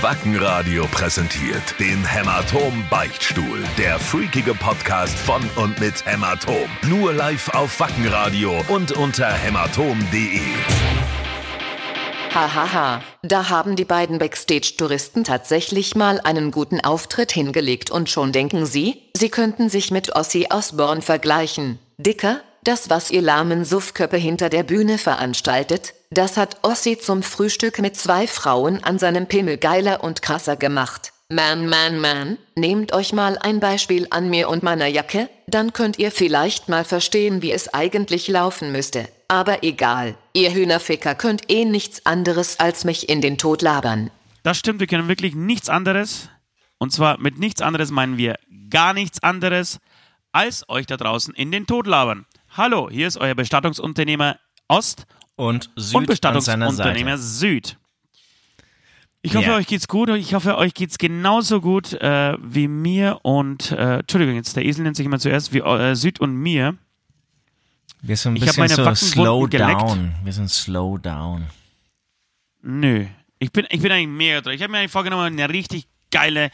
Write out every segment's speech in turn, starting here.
Wackenradio präsentiert den Hämatom-Beichtstuhl. Der freakige Podcast von und mit Hämatom. Nur live auf Wackenradio und unter hämatom.de. Hahaha, da haben die beiden Backstage-Touristen tatsächlich mal einen guten Auftritt hingelegt und schon denken sie könnten sich mit Ozzy Osbourne vergleichen. Dicker, das was ihr lahmen Suffköppe hinter der Bühne veranstaltet, das hat Ozzy zum Frühstück mit 2 Frauen an seinem Pimmel geiler und krasser gemacht. Man, nehmt euch mal ein Beispiel an mir und meiner Jacke, dann könnt ihr vielleicht mal verstehen, wie es eigentlich laufen müsste. Aber egal, ihr Hühnerficker könnt nichts anderes als mich in den Tod labern. Das stimmt, wir können wirklich nichts anderes. Und zwar mit nichts anderes meinen wir gar nichts anderes, als euch da draußen in den Tod labern. Hallo, hier ist euer Bestattungsunternehmer Ost und Süd und Bestattungsunternehmer Süd. Ich hoffe, euch geht's gut. Ich hoffe, euch geht's genauso gut wie mir und, Entschuldigung, jetzt der Esel nennt sich immer zuerst, wie Süd und mir. Wir sind ein bisschen so slow down. Wir sind slow down. Nö, ich bin eigentlich mega drin. Ich habe mir eigentlich vorgenommen, eine richtig geile,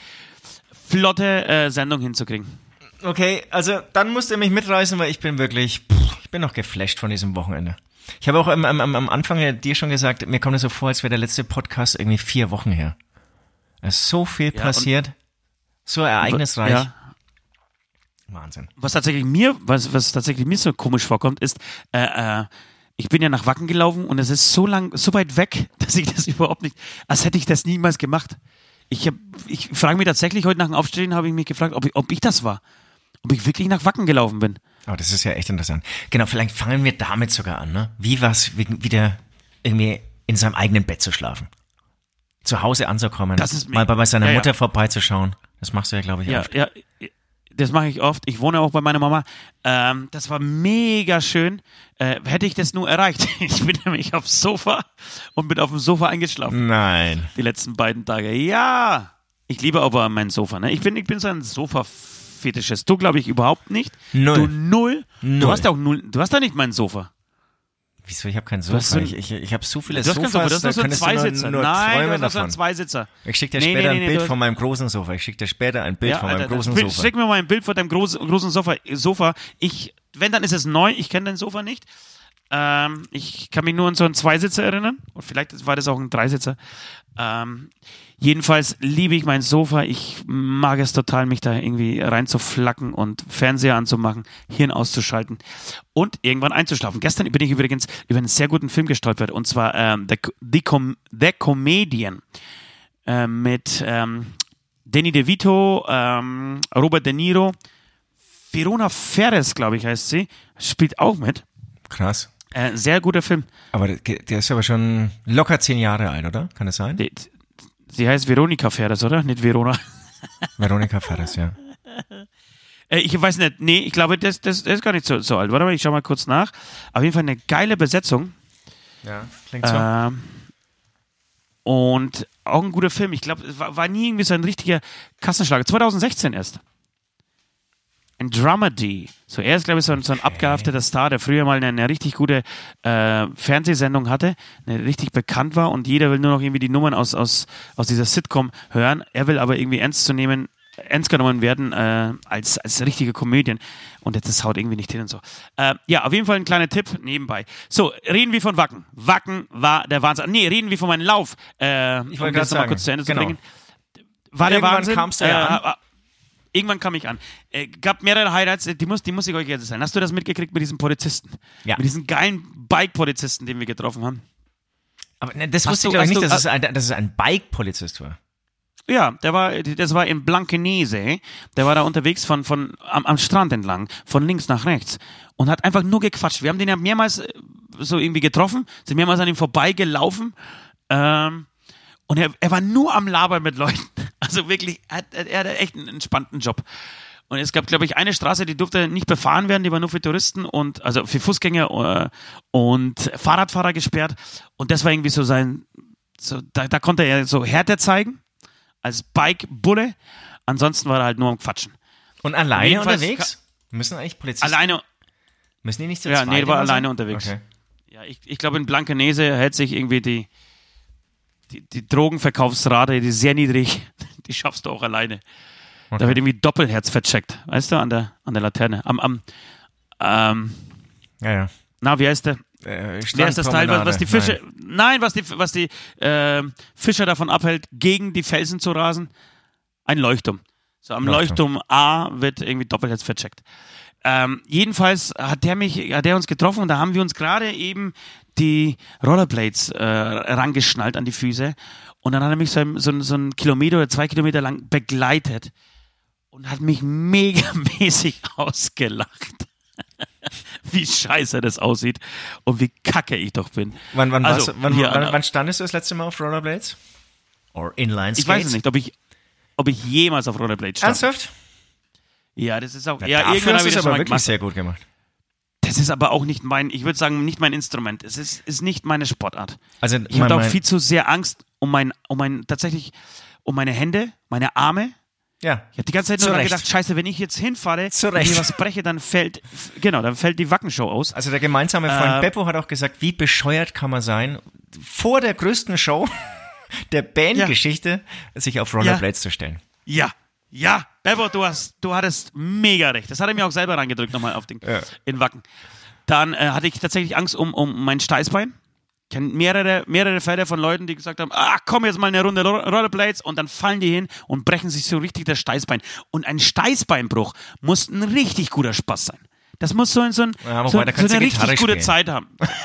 flotte Sendung hinzukriegen. Okay, also dann musst ihr mich mitreißen, weil ich bin wirklich, ich bin noch geflasht von diesem Wochenende. Ich habe auch am Anfang ja dir schon gesagt, mir kommt es so vor, als wäre der letzte Podcast irgendwie 4 Wochen her. Es ist so viel passiert, so ereignisreich. Ja. Wahnsinn. Was tatsächlich mir so komisch vorkommt, ist, ich bin ja nach Wacken gelaufen und es ist so weit weg, dass ich das überhaupt nicht, als hätte ich das niemals gemacht. Ich frage mich tatsächlich, heute nach dem Aufstehen habe ich mich gefragt, ob ich das war. Ob ich wirklich nach Wacken gelaufen bin. Oh, das ist ja echt interessant. Genau, vielleicht fangen wir damit sogar an, ne? Wie war es, wieder irgendwie in seinem eigenen Bett zu schlafen? Zu Hause anzukommen, mal bei seiner Mutter vorbeizuschauen. Das machst du ja, glaube ich, oft. Ja, das mache ich oft. Ich wohne auch bei meiner Mama. Das war mega schön. Hätte ich das nur erreicht. Ich bin nämlich aufs Sofa und bin auf dem Sofa eingeschlafen. Nein. Die letzten beiden Tage. Ja. Ich liebe aber mein Sofa. Ne? Ich bin so ein Sofa-Fetischist. Du, glaube ich, überhaupt nicht. Null. Du null. Du hast auch null. Du hast doch nicht mein Sofa. Wieso? Ich habe kein Sofa. Ich habe so viele Sofas, du hast da so einen Zweisitzer. Nein, du hast so einen Zweisitzer. Ich schicke dir später ein Bild von meinem großen Sofa. Schick mir mal ein Bild von deinem großen Sofa. Wenn, dann ist es neu. Ich kenne dein Sofa nicht. Ich kann mich nur an so einen Zweisitzer erinnern. Und vielleicht war das auch ein Dreisitzer. Jedenfalls liebe ich mein Sofa. Ich mag es total, mich da irgendwie reinzuflacken und Fernseher anzumachen, Hirn auszuschalten und irgendwann einzuschlafen. Gestern bin ich übrigens über einen sehr guten Film gestolpert, und zwar The Comedian mit Danny DeVito, Robert De Niro, Verona Ferres, glaube ich, heißt sie, spielt auch mit. Krass. Sehr guter Film. Aber der ist aber schon locker 10 Jahre alt, oder? Kann das sein? Sie heißt Veronika Ferres, oder? Nicht Verona. Veronika Ferres, ja. Ich weiß nicht. Nee, ich glaube, das ist gar nicht so alt. Warte mal, ich schau mal kurz nach. Auf jeden Fall eine geile Besetzung. Ja, klingt so. Und auch ein guter Film. Ich glaube, es war nie irgendwie so ein richtiger Kassenschlager. 2016 erst. Ein Dramedy. So, er ist, glaube ich, so ein abgehafteter Star, der früher mal eine richtig gute Fernsehsendung hatte, eine richtig bekannt war, und jeder will nur noch irgendwie die Nummern aus dieser Sitcom hören. Er will aber irgendwie ernst genommen werden als richtige Komödien. Und das haut irgendwie nicht hin und so. Ja, auf jeden Fall ein kleiner Tipp nebenbei. So, reden wir von Wacken. Wacken war der Wahnsinn. Nee, reden wir von meinem Lauf. Ich wollte gerade sagen, mal kurz zu Ende zu bringen. War der Wahnsinn. Kamst du ja an. Irgendwann kam ich an. Gab mehrere Highlights, die muss ich euch jetzt sagen. Hast du das mitgekriegt mit diesem Polizisten? Ja. Mit diesem geilen Bike-Polizisten, den wir getroffen haben? Aber ne, das wusste ich glaube ich nicht, dass es ein Bike-Polizist war. Ja, das war in Blankenese. Der war da unterwegs am Strand entlang, von links nach rechts, und hat einfach nur gequatscht. Wir haben den ja mehrmals so irgendwie getroffen, sind mehrmals an ihm vorbeigelaufen, und er war nur am Labern mit Leuten. Also wirklich, er hatte echt einen entspannten Job. Und es gab, glaube ich, eine Straße, die durfte nicht befahren werden, die war nur für Touristen und also für Fußgänger und Fahrradfahrer gesperrt. Und das war irgendwie so da konnte er so Härte zeigen als Bike-Bulle. Ansonsten war er halt nur am Quatschen. Und alleine unterwegs? Müssen eigentlich Polizisten? Alleine. Müssen die nicht so zweit? Ja, nee, er war alleine unterwegs. Okay. Ja, ich glaube, in Blankenese hält sich irgendwie die Drogenverkaufsrate, die ist sehr niedrig. Die schaffst du auch alleine. Okay. Da wird irgendwie Doppelherz vercheckt, weißt du, an der Laterne. Ja. Na, wie heißt der? Wie heißt das Teil, was die Fische, was die Fischer davon abhält, gegen die Felsen zu rasen? Ein Leuchtturm. So, am Leuchtturm A wird irgendwie Doppelherz vercheckt. Jedenfalls hat er uns getroffen und da haben wir uns gerade eben die Rollerblades rangeschnallt an die Füße und dann hat er mich so einen Kilometer oder 2 Kilometer lang begleitet und hat mich megamäßig ausgelacht. Wie scheiße das aussieht und wie kacke ich doch bin. Wann standest du das letzte Mal auf Rollerblades? Or Inline Skates? Ich weiß es nicht, ob ich jemals auf Rollerblades stand. Ernsthaft? Ja, das ist auch. Ja, irgendwann hast du es aber wirklich sehr gut gemacht. Das ist aber auch nicht nicht mein Instrument. Es ist nicht meine Sportart. Also, ich habe auch viel zu sehr Angst um meine Hände, meine Arme. Ja. Ich habe die ganze Zeit nur daran gedacht, scheiße, wenn ich jetzt hinfalle und mir was breche, dann fällt die Wackenshow aus. Also der gemeinsame Freund Beppo hat auch gesagt, wie bescheuert kann man sein, vor der größten Show der Bandgeschichte sich auf Rollerblades zu stellen. Ja, Beppo, du hattest mega recht. Das hat er mir auch selber reingedrückt nochmal in Wacken. Dann hatte ich tatsächlich Angst um mein Steißbein. Ich kenne mehrere Fälle von Leuten, die gesagt haben, komm jetzt mal eine Runde Rollerblades und dann fallen die hin und brechen sich so richtig das Steißbein. Und ein Steißbeinbruch muss ein richtig guter Spaß sein. Das muss so eine richtig gute Zeit haben.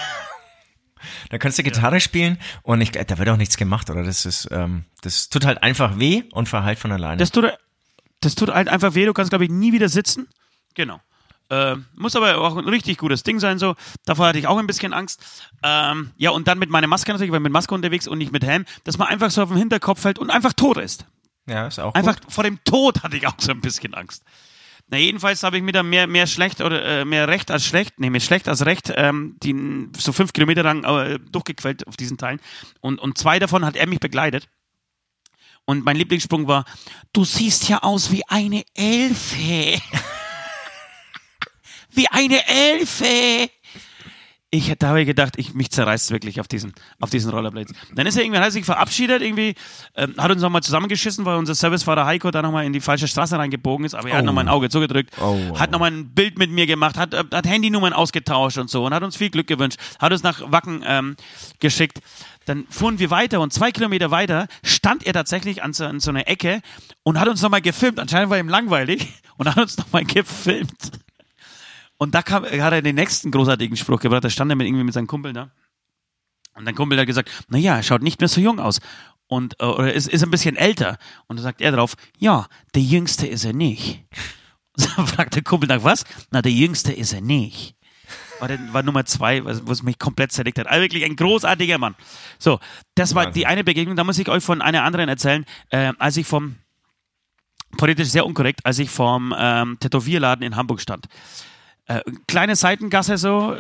Da kannst du Gitarre spielen und da wird auch nichts gemacht, oder? Das tut halt einfach weh und verheilt von alleine. Das tut halt einfach weh, du kannst, glaube ich, nie wieder sitzen. Genau. Muss aber auch ein richtig gutes Ding sein, so. Davor hatte ich auch ein bisschen Angst. Ja, und dann mit meiner Maske natürlich, weil ich mit Maske unterwegs und nicht mit Helm, dass man einfach so auf den Hinterkopf fällt und einfach tot ist. Ja, ist auch einfach gut. Vor dem Tod hatte ich auch so ein bisschen Angst. Na, jedenfalls habe ich mir da mehr schlecht oder mehr recht als schlecht, mehr schlecht als recht, die so 5 Kilometer lang durchgequält auf diesen Teilen. Und 2 davon hat er mich begleitet. Und mein Lieblingssprung war, du siehst ja aus wie eine Elfe. Wie eine Elfe! Da habe ich gedacht, mich zerreißt wirklich auf diesen Rollerblades. Dann ist er sich verabschiedet, hat uns nochmal zusammengeschissen, weil unser Servicefahrer Heiko da nochmal in die falsche Straße reingebogen ist, aber er hat nochmal ein Auge zugedrückt, hat nochmal ein Bild mit mir gemacht, hat Handynummern ausgetauscht und so und hat uns viel Glück gewünscht, hat uns nach Wacken geschickt. Dann fuhren wir weiter und 2 Kilometer weiter stand er tatsächlich an so einer Ecke und hat uns nochmal gefilmt. Anscheinend war ihm langweilig und hat uns nochmal gefilmt. Und da hat er den nächsten großartigen Spruch gebracht. Da stand er mit seinem Kumpel da. Und dein Kumpel hat gesagt, naja, er schaut nicht mehr so jung aus. Oder ist ein bisschen älter. Und da sagt er drauf, ja, der Jüngste ist er nicht. Und dann fragt der Kumpel nach was? Na, der Jüngste ist er nicht. War Nummer 2, wo es mich komplett zerlegt hat. Also wirklich ein großartiger Mann. So, das war die eine Begegnung. Da muss ich euch von einer anderen erzählen. Als ich politisch sehr unkorrekt, als ich vom Tätowierladen in Hamburg stand. Kleine Seitengasse so,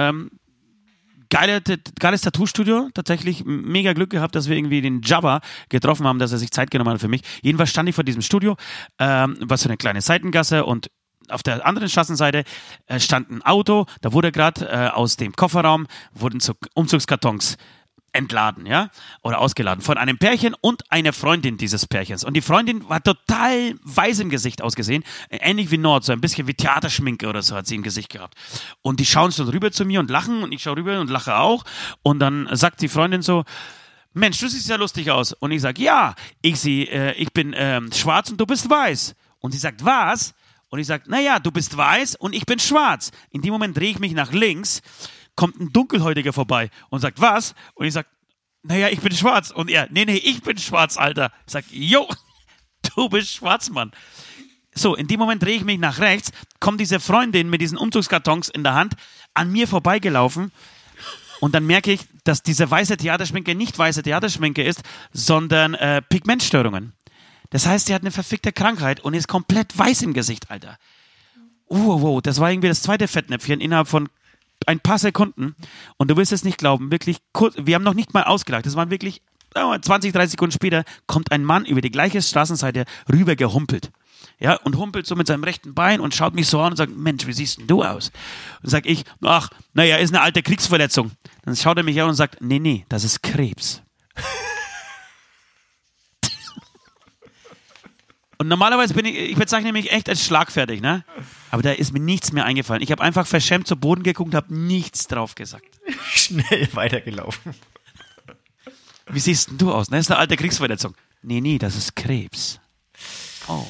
geiles Tattoo-Studio, tatsächlich mega Glück gehabt, dass wir irgendwie den Jabba getroffen haben, dass er sich Zeit genommen hat für mich. Jedenfalls stand ich vor diesem Studio, war so eine kleine Seitengasse und auf der anderen Straßenseite stand ein Auto, da wurde gerade aus dem Kofferraum, wurden so Umzugskartons entladen, ja, oder ausgeladen von einem Pärchen und einer Freundin dieses Pärchens. Und die Freundin war total weiß im Gesicht ausgesehen, ähnlich wie Nord, so ein bisschen wie Theaterschminke oder so hat sie im Gesicht gehabt. Und die schauen so rüber zu mir und lachen und ich schaue rüber und lache auch. Und dann sagt die Freundin so, Mensch, du siehst ja lustig aus. Und ich sage, ja, ich bin schwarz und du bist weiß. Und sie sagt, was? Und ich sage, naja, du bist weiß und ich bin schwarz. In dem Moment drehe ich mich nach links, kommt ein Dunkelhäutiger vorbei und sagt, was? Und ich sag, naja, ich bin schwarz. Und er, nee, ich bin schwarz, Alter. Ich sag, jo, du bist schwarz, Mann. So, in dem Moment drehe ich mich nach rechts, kommt diese Freundin mit diesen Umzugskartons in der Hand an mir vorbeigelaufen und dann merke ich, dass diese weiße Theaterschminke nicht weiße Theaterschminke ist, sondern Pigmentstörungen. Das heißt, sie hat eine verfickte Krankheit und ist komplett weiß im Gesicht, Alter. Wow, das war irgendwie das zweite Fettnäpfchen innerhalb von ein paar Sekunden und du wirst es nicht glauben, wirklich kurz, wir haben noch nicht mal ausgelacht, das waren wirklich 20, 30 Sekunden später, kommt ein Mann über die gleiche Straßenseite rüber gehumpelt. Ja, und humpelt so mit seinem rechten Bein und schaut mich so an und sagt, Mensch, wie siehst denn du aus? Und sag ich, ach, naja, ist eine alte Kriegsverletzung. Dann schaut er mich an und sagt, nee, das ist Krebs. Und normalerweise ich bezeichne mich echt als schlagfertig, ne? Aber da ist mir nichts mehr eingefallen. Ich habe einfach verschämt zu Boden geguckt und habe nichts drauf gesagt. Schnell weitergelaufen. Wie siehst denn du aus? Das ist eine alte Kriegsverletzung. Nee, das ist Krebs. Oh.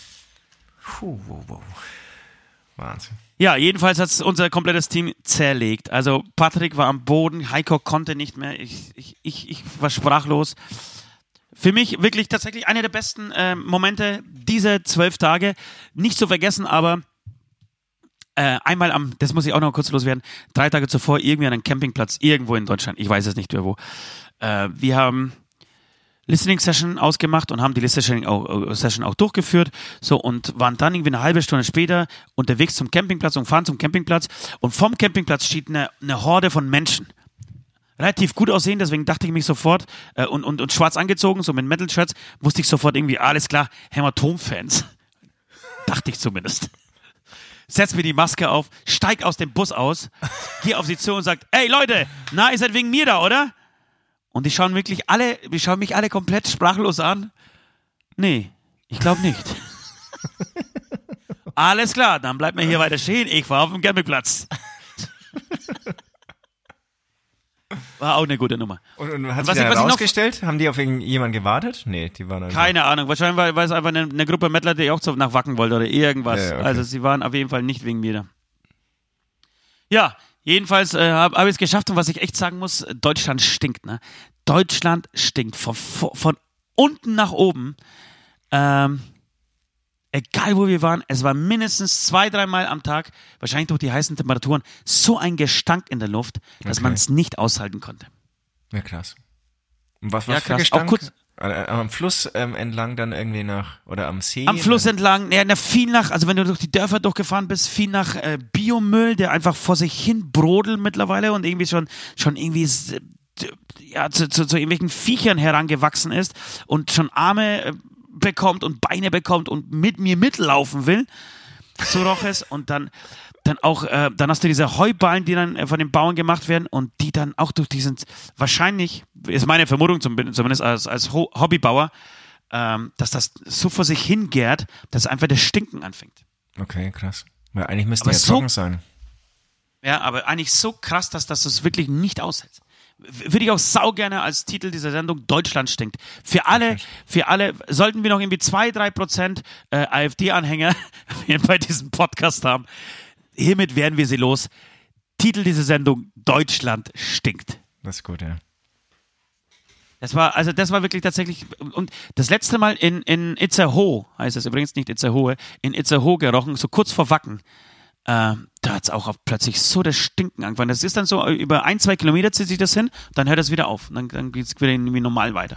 Wow. Wahnsinn. Ja, jedenfalls hat es unser komplettes Team zerlegt. Also Patrick war am Boden, Heiko konnte nicht mehr, ich war sprachlos. Für mich wirklich tatsächlich einer der besten Momente dieser 12 Tage. Nicht zu vergessen, aber einmal das muss ich auch noch kurz loswerden, 3 Tage zuvor irgendwie an einem Campingplatz irgendwo in Deutschland, ich weiß es nicht mehr wo. Wir haben Listening-Session ausgemacht und haben die Listening-Session auch durchgeführt, so, und waren dann irgendwie eine halbe Stunde später unterwegs zum Campingplatz und fahren zum Campingplatz, und vom Campingplatz steht eine Horde von Menschen. Relativ gut aussehen, deswegen dachte ich mich sofort, und schwarz angezogen, so mit Metal-Shirts, wusste ich sofort irgendwie, alles klar, Hämatom-Fans. Dachte ich zumindest. Setz mir die Maske auf, steig aus dem Bus aus, geh auf sie zu und sagt, ey Leute, na, ihr seid wegen mir da, oder? Und die schauen mich alle komplett sprachlos an. Nee, ich glaube nicht. Alles klar, dann bleibt mir hier weiter stehen. Ich war auf dem Campingplatz. War auch eine gute Nummer. Und hat sich dann herausgestellt? Haben die auf jemanden gewartet? Nee, die waren einfach... Keine Ahnung, wahrscheinlich war es einfach eine Gruppe Mettler, die auch nach Wacken wollte oder irgendwas. Ja, okay. Also sie waren auf jeden Fall nicht wegen mir da. Ja, jedenfalls habe ich es geschafft, und was ich echt sagen muss, Deutschland stinkt, ne? Deutschland stinkt von unten nach oben. Egal wo wir waren, es war mindestens 2-3 Mal am Tag, wahrscheinlich durch die heißen Temperaturen, so ein Gestank in der Luft, dass man es nicht aushalten konnte. Ja, krass. Und was für krass. Gestank? Auch kurz, am Fluss entlang dann irgendwie oder am See? Am Fluss entlang, viel nach, also wenn du durch die Dörfer durchgefahren bist, viel nach Biomüll, der einfach vor sich hin brodelt mittlerweile und irgendwie schon irgendwie zu irgendwelchen Viechern herangewachsen ist und schon Arme bekommt und Beine bekommt und mit mir mitlaufen will. So roch es. Und dann hast du diese Heuballen, die dann von den Bauern gemacht werden und die dann auch durch diesen, wahrscheinlich, ist meine Vermutung zumindest als Hobbybauer, dass das so vor sich hingärt, dass einfach das Stinken anfängt. Okay, krass. Weil eigentlich müsste ja trocken sein. Ja, aber eigentlich so krass, dass das wirklich nicht aushält. Würde ich auch saugerne als Titel dieser Sendung Deutschland stinkt. Für alle, sollten wir noch irgendwie 2-3% AfD-Anhänger bei diesem Podcast haben, hiermit werden wir sie los. Titel dieser Sendung Deutschland stinkt. Das ist gut, ja. Das war wirklich tatsächlich, und das letzte Mal in Itzehoe, heißt es übrigens nicht Itzehoe, in Itzehoe gerochen, so kurz vor Wacken. Da hat es auch plötzlich so das Stinken angefangen. Das ist dann so, über 1-2 Kilometer zieht sich das hin, dann hört es wieder auf. Dann geht es wieder irgendwie normal weiter.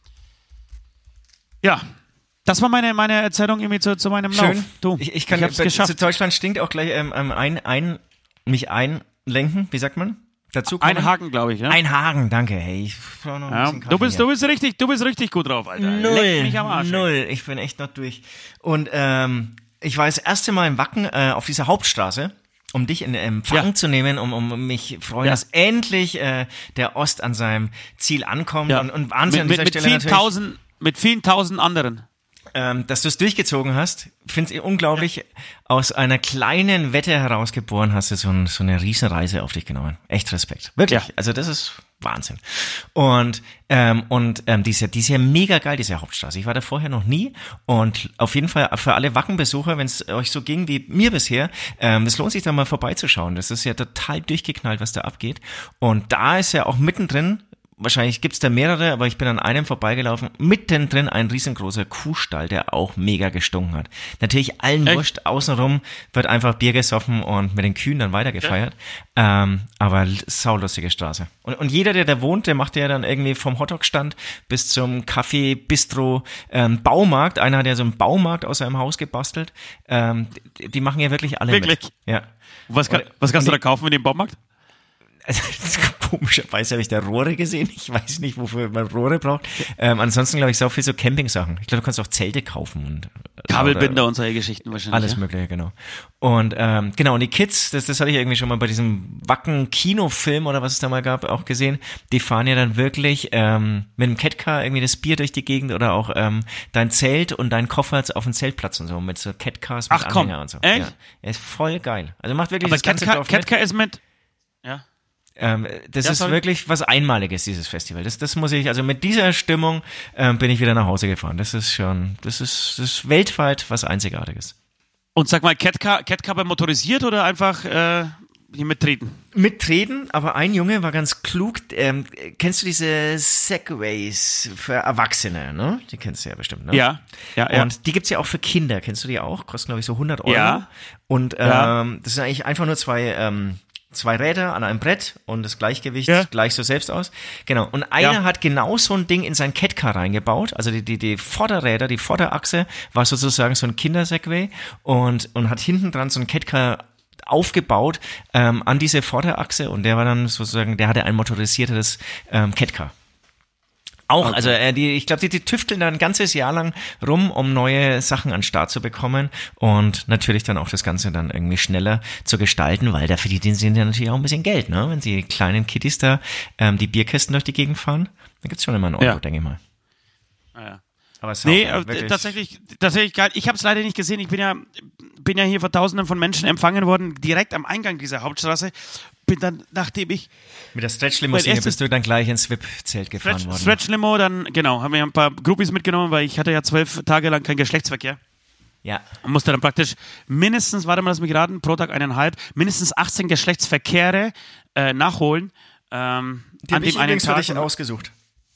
Ja, das war meine Erzählung irgendwie zu meinem Schön. Lauf. Du, ich kann hab's geschafft. Zu Deutschland stinkt auch gleich mich einlenken, wie sagt man? Dazu Einhaken, glaube ich, ja? Einhaken, danke. Hey, ich brauche noch ein bisschen du bist richtig gut drauf, Alter. Leck mich am Arsch. Null. Ich bin echt noch durch. Und ich war das erste Mal in Wacken auf dieser Hauptstraße, um dich in Empfang zu nehmen, um mich freuen, dass endlich der Ost an seinem Ziel ankommt. Ja. Und Wahnsinn an dieser Stelle natürlich. Mit vielen tausend anderen. Dass du es durchgezogen hast, finde ich unglaublich. Ja. Aus einer kleinen Wette herausgeboren hast du so eine Riesenreise auf dich genommen. Echt Respekt. Wirklich. Ja. Also das ist Wahnsinn. Und die ist ja mega geil, diese Hauptstraße. Ich war da vorher noch nie und auf jeden Fall für alle Wackenbesucher, wenn es euch so ging wie mir bisher, es lohnt sich da mal vorbeizuschauen. Das ist ja total durchgeknallt, was da abgeht. Und da ist ja auch mittendrin, wahrscheinlich gibt's da mehrere, aber ich bin an einem vorbeigelaufen, mittendrin ein riesengroßer Kuhstall, der auch mega gestunken hat. Natürlich allen wurscht, außenrum wird einfach Bier gesoffen und mit den Kühen dann weitergefeiert. Ja. Aber saulustige Straße. Und jeder, der da wohnt, der macht ja dann irgendwie vom Hotdog-Stand bis zum Kaffee, Bistro, Baumarkt. Einer hat ja so einen Baumarkt aus seinem Haus gebastelt. Die machen ja wirklich alle wirklich? Mit. Ja. Was kannst du da kaufen in dem Baumarkt? Also, komischerweise habe ich da Rohre gesehen. Ich weiß nicht, wofür man Rohre braucht. Ansonsten glaube ich, so viel so Campingsachen. Ich glaube, du kannst auch Zelte kaufen und Kabelbinder und solche Geschichten wahrscheinlich. Alles Mögliche, genau. Und genau, und die Kids, das hatte ich irgendwie schon mal bei diesem Wacken-Kinofilm oder was es da mal gab, auch gesehen. Die fahren ja dann wirklich mit einem Catcar irgendwie das Bier durch die Gegend oder auch dein Zelt und dein Koffer auf dem Zeltplatz und so mit so Catcars mit Anhänger und so. Echt? Ja, ist voll geil. Also macht wirklich Aber das ganze Dorf mit. Catcar ist mit... Ja. Das ist wirklich was Einmaliges, dieses Festival. Das muss ich, also mit dieser Stimmung bin ich wieder nach Hause gefahren. Das ist weltweit was Einzigartiges. Und sag mal, Catcar bei motorisiert oder einfach hier mittreten? Mittreten, aber ein Junge war ganz klug. Kennst du diese Segways für Erwachsene, ne? Die kennst du ja bestimmt, ne? Ja. Und die gibt's ja auch für Kinder. Kennst du die auch? Kosten, glaube ich, so 100 Euro. Ja. Und das sind eigentlich einfach nur zwei Räder an einem Brett und das Gleichgewicht gleicht so selbst aus. Genau. Und einer hat genau so ein Ding in sein Catcar reingebaut. Also die Vorderräder, die Vorderachse war sozusagen so ein Kindersegway und hat hinten dran so ein Catcar aufgebaut an diese Vorderachse und der war dann sozusagen, der hatte ein motorisiertes Catcar. Auch, okay. Also ich glaube, die tüfteln da ein ganzes Jahr lang rum, um neue Sachen an den Start zu bekommen und natürlich dann auch das Ganze dann irgendwie schneller zu gestalten, weil da verdienen sie ja natürlich auch ein bisschen Geld, ne? Wenn die kleinen Kiddies da die Bierkästen durch die Gegend fahren, dann gibt's schon immer einen Euro, denke ich mal. Ja. Aber es ist tatsächlich geil. Ich habe es leider nicht gesehen. Ich bin ja hier vor Tausenden von Menschen empfangen worden, direkt am Eingang dieser Hauptstraße. Bin dann, nachdem ich mit der Stretch-Limousine bist du dann gleich ins VIP-Zelt gefahren worden. Stretch-Limo, dann, genau, haben wir ein paar Groupies mitgenommen, weil ich hatte ja 12 Tage lang keinen Geschlechtsverkehr. Ja. Und musste dann praktisch mindestens, warte mal, lass mich raten, pro Tag 1,5, mindestens 18 Geschlechtsverkehre nachholen. Die habe ich übrigens für dich ausgesucht.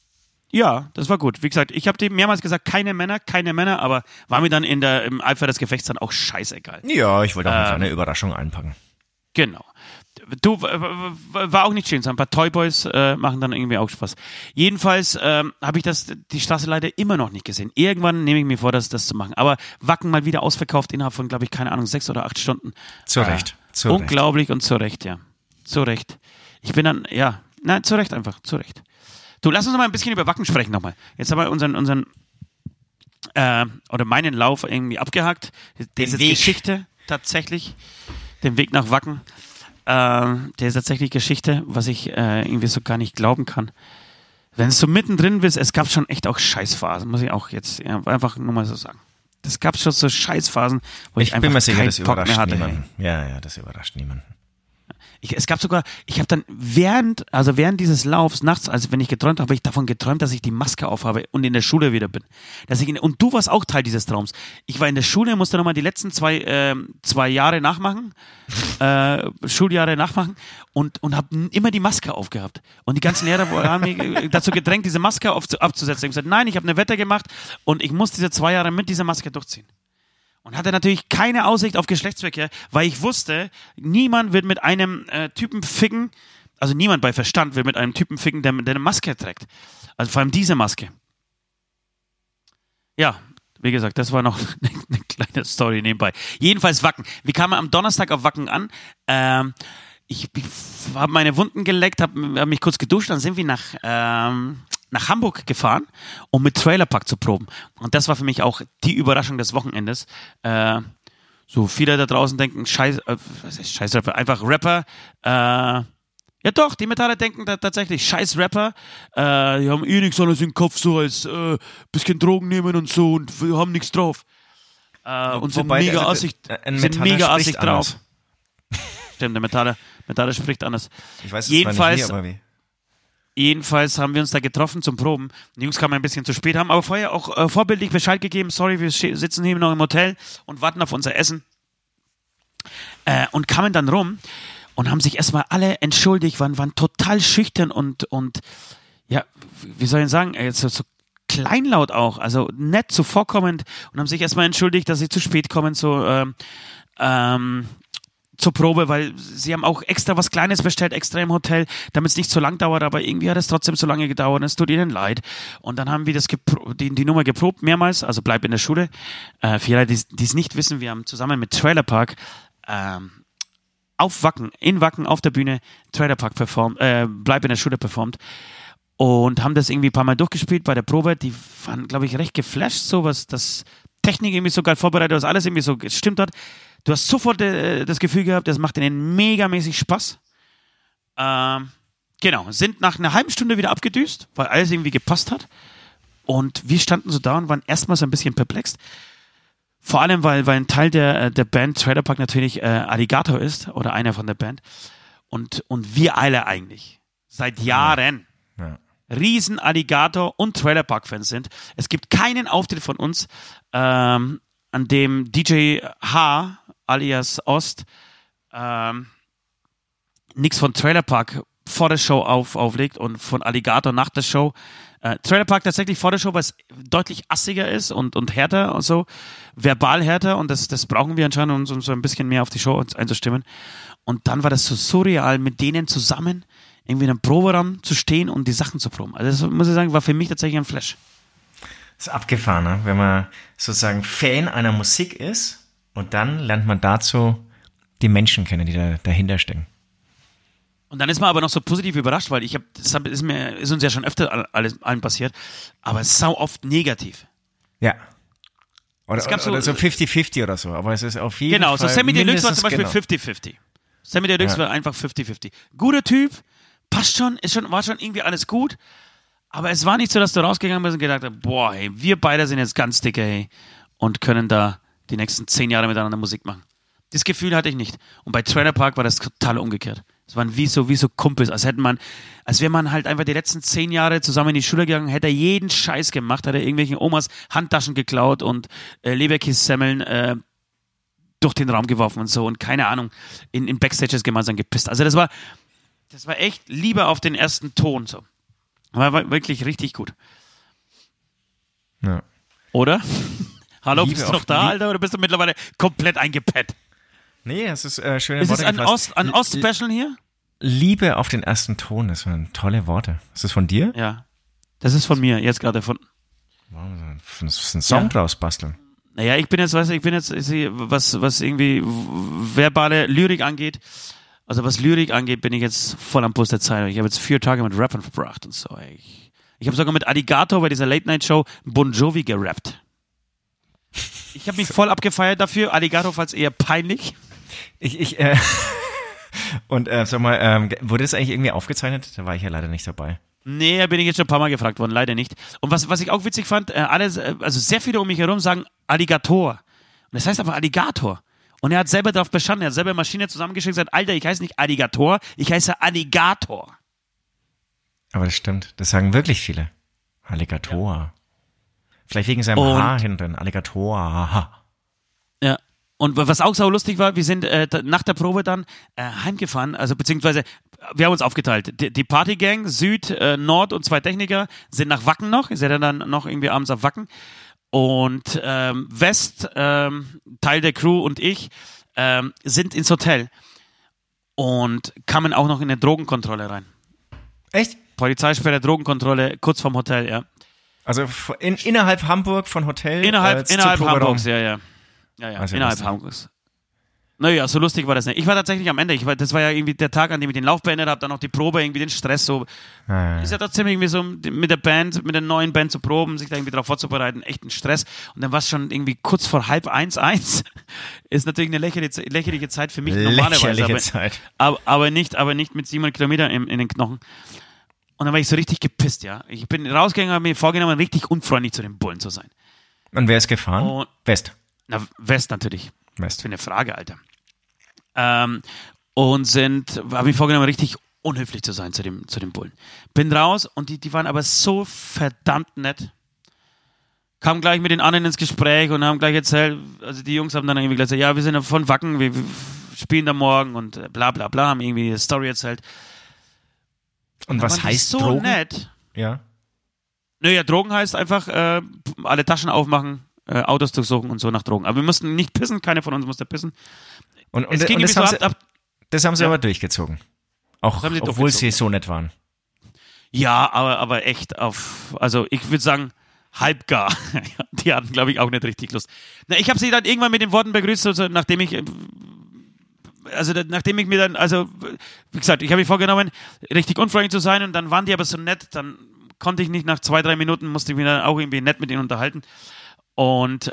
Ja, das war gut. Wie gesagt, ich habe dir mehrmals gesagt, keine Männer, aber war mir dann im Eifer des Gefechts dann auch scheißegal. Ja, ich wollte auch eine kleine Überraschung einpacken. Genau. Du, war auch nicht schön. So ein paar Toyboys machen dann irgendwie auch Spaß. Jedenfalls habe ich die Straße leider immer noch nicht gesehen. Irgendwann nehme ich mir vor, das zu machen. Aber Wacken mal wieder ausverkauft innerhalb von, glaube ich, keine Ahnung, 6 oder 8 Stunden. Zu Recht. Unglaublich und zu Recht, ja. Zu Recht. Ich bin dann, zu Recht einfach, zu Recht. Du, lass uns noch mal ein bisschen über Wacken sprechen nochmal. Jetzt haben wir unseren oder meinen Lauf irgendwie abgehakt. Diese Geschichte tatsächlich, den Weg nach Wacken, der ist tatsächlich Geschichte, was ich irgendwie so gar nicht glauben kann. Wenn es so mittendrin bist, es gab schon echt auch Scheißphasen, muss ich auch jetzt einfach nur mal so sagen. Es gab schon so Scheißphasen, wo ich einfach bin mir sicher, keinen das Bock mehr hatte. Niemanden. Ja, das überrascht niemanden. Es gab sogar, ich habe dann während dieses Laufs nachts, also wenn ich geträumt habe ich davon geträumt, dass ich die Maske aufhabe und in der Schule wieder bin. Und du warst auch Teil dieses Traums. Ich war in der Schule, musste nochmal die letzten zwei Jahre nachmachen, Schuljahre nachmachen und habe immer die Maske aufgehabt. Und die ganzen Lehrer haben mich dazu gedrängt, diese Maske abzusetzen. Ich habe gesagt, nein, ich habe eine Wette gemacht und ich muss diese 2 Jahre mit dieser Maske durchziehen. Und hatte natürlich keine Aussicht auf Geschlechtsverkehr, weil ich wusste, niemand wird mit einem Typen ficken, also niemand bei Verstand will mit einem Typen ficken, der eine Maske trägt. Also vor allem diese Maske. Ja, wie gesagt, das war noch eine kleine Story nebenbei. Jedenfalls Wacken. Wir kamen am Donnerstag auf Wacken an. Ich habe meine Wunden geleckt, habe mich kurz geduscht, dann sind wir nach Hamburg gefahren, um mit Trailerpark zu proben. Und das war für mich auch die Überraschung des Wochenendes. So viele da draußen denken, Scheiß-Rapper, einfach Rapper. Ja doch, die Metaller denken da tatsächlich, scheiß Rapper, die haben eh nichts anderes im Kopf, so als bisschen Drogen nehmen und so und wir haben nichts drauf. Und sind mega assig drauf. Stimmt, der Metaller spricht anders. Ich weiß es zwar nicht wie, aber wie. Jedenfalls haben wir uns da getroffen zum Proben. Die Jungs kamen ein bisschen zu spät, haben aber vorher auch vorbildlich Bescheid gegeben, sorry, wir sitzen hier noch im Hotel und warten auf unser Essen. Und kamen dann rum und haben sich erstmal alle entschuldigt, waren total schüchtern und ja, wie soll ich sagen, so kleinlaut auch, also nett zuvorkommend und haben sich erstmal entschuldigt, dass sie zu spät kommen zur Probe, weil sie haben auch extra was Kleines bestellt, extra im Hotel, damit es nicht so lang dauert, aber irgendwie hat es trotzdem so lange gedauert, es tut ihnen leid. Und dann haben wir die Nummer geprobt, mehrmals, also bleib in der Schule. Für alle, die es nicht wissen, wir haben zusammen mit Trailerpark auf Wacken, in Wacken auf der Bühne Trailer Park performt, Bleib in der Schule performt und haben das irgendwie ein paar Mal durchgespielt bei der Probe. Die waren, glaube ich, recht geflasht, so was das Technik irgendwie so geil vorbereitet, was alles irgendwie so gestimmt hat. Du hast sofort das Gefühl gehabt, das macht ihnen megamäßig Spaß. Genau, sind nach einer halben Stunde wieder abgedüst, weil alles irgendwie gepasst hat. Und wir standen so da und waren erstmal so ein bisschen perplex. Vor allem, weil ein Teil der Band Trailer Park natürlich Alligator ist oder einer von der Band. Und wir alle eigentlich seit Jahren riesen Alligator und Trailer Park Fans sind. Es gibt keinen Auftritt von uns, an dem DJ H alias Ost nichts von Trailer Park vor der Show auflegt und von Alligator nach der Show. Trailer Park tatsächlich vor der Show, weil es deutlich assiger ist und härter und so, verbal härter und das brauchen wir anscheinend, um uns so ein bisschen mehr auf die Show einzustimmen. Und dann war das so surreal, mit denen zusammen irgendwie in einem Proberaum zu stehen und die Sachen zu proben. Also das, muss ich sagen, war für mich tatsächlich ein Flash. Das ist abgefahren, ne? Wenn man sozusagen Fan einer Musik ist und dann lernt man dazu die Menschen kennen, die da dahinter stecken. Und dann ist man aber noch so positiv überrascht, weil ist uns ja schon öfter allen passiert, aber es ist sau oft negativ. Ja. Oder so 50-50 oder so, aber es ist auf jeden Fall. Genau, so Sammy Deluxe war zum Beispiel 50-50. Sammy Deluxe war einfach 50-50. Guter Typ, passt schon, war schon irgendwie alles gut, aber es war nicht so, dass du rausgegangen bist und gedacht hast, boah, hey, wir beide sind jetzt ganz dicke, hey, und können da die nächsten 10 Jahre miteinander Musik machen. Das Gefühl hatte ich nicht. Und bei Trailer Park war das total umgekehrt. Es waren wie so Kumpels, als wäre man halt einfach die letzten 10 Jahre zusammen in die Schule gegangen, hätte er jeden Scheiß gemacht, hat er irgendwelchen Omas Handtaschen geklaut und Leberkässemmeln durch den Raum geworfen und so und keine Ahnung, in Backstages gemeinsam gepisst. Also das war echt Liebe auf den ersten Ton. So. War wirklich richtig gut. Ja. Oder? Hallo, Liebe bist du noch da, Alter, oder bist du mittlerweile komplett eingepennt? Nee, es ist schöne Ist Worte es ein Ost-Special hier? Liebe auf den ersten Ton, das waren tolle Worte. Ist das von dir? Ja, das ist von mir, jetzt gerade von... Wow, einen Song draus basteln. Naja, ich bin jetzt, was irgendwie verbale Lyrik angeht, also was Lyrik angeht, bin ich jetzt voll am Puls der Zeit. Ich habe jetzt 4 Tage mit Rappern verbracht und so. Ich habe sogar mit Alligator bei dieser Late-Night-Show Bon Jovi gerappt. Ich habe mich voll abgefeiert dafür. Alligator fand es eher peinlich. Und sag mal, wurde das eigentlich irgendwie aufgezeichnet? Da war ich ja leider nicht dabei. Nee, da bin ich jetzt schon ein paar Mal gefragt worden, leider nicht. Und was ich auch witzig fand, also sehr viele um mich herum sagen Alligator. Und das heißt aber Alligator. Und er hat selber darauf bestanden, er hat selber Maschine zusammengeschickt und gesagt, Alter, ich heiße nicht Alligator, ich heiße Alligator. Aber das stimmt, das sagen wirklich viele. Alligator. Ja. Vielleicht wegen seinem Haar hinten, Alligator. Ja. Und was auch sau lustig war, wir sind nach der Probe dann heimgefahren, also beziehungsweise wir haben uns aufgeteilt. Die Partygang, Süd, Nord und 2 Techniker sind nach Wacken noch, ihr seid ja dann noch irgendwie abends auf Wacken. Und West, Teil der Crew und ich sind ins Hotel und kamen auch noch in eine Drogenkontrolle rein. Echt? Polizeisperre, Drogenkontrolle, kurz vorm Hotel, ja. Also innerhalb Hamburg von Hotel? Innerhalb Hamburgs, ja. Also innerhalb Hamburgs. Naja, so lustig war das nicht. Ich war tatsächlich am Ende. Das war ja irgendwie der Tag, an dem ich den Lauf beendet habe, dann noch die Probe, irgendwie den Stress so. Ist ja trotzdem irgendwie so mit der Band, mit der neuen Band zu proben, sich da irgendwie drauf vorzubereiten, echt ein Stress. Und dann war es schon irgendwie kurz vor 1:30. Ist natürlich eine lächerliche Zeit für mich normalerweise. Zeit. Aber nicht mit 700 Kilometer in den Knochen. Und dann war ich so richtig gepisst, ja. Ich bin rausgegangen und habe mir vorgenommen, richtig unfreundlich zu den Bullen zu sein. Und wer ist gefahren? West. Na, West natürlich. West. Für eine Frage, Alter. Und habe mich vorgenommen, richtig unhöflich zu sein zu den Bullen. Bin raus und die waren aber so verdammt nett. Kam gleich mit den anderen ins Gespräch und haben gleich erzählt, also die Jungs haben dann irgendwie gesagt, ja, wir sind von Wacken, wir spielen da morgen und bla bla bla, haben irgendwie eine Story erzählt. Und was heißt so Drogen? Nett. Ja. Naja, Drogen heißt einfach alle Taschen aufmachen, Autos durchsuchen und so nach Drogen. Aber wir mussten nicht pissen, keiner von uns musste pissen. Und das haben sie aber durchgezogen. Auch obwohl sie so nett waren. Ja, aber echt also ich würde sagen, halbgar. Die hatten, glaube ich, auch nicht richtig Lust. Na, ich habe sie dann irgendwann mit den Worten begrüßt, also nachdem ich nachdem ich mir dann, also wie gesagt, ich habe mich vorgenommen, richtig unfreundlich zu sein und dann waren die aber so nett, dann konnte ich nicht, nach 2-3 Minuten musste ich mich dann auch irgendwie nett mit ihnen unterhalten. Und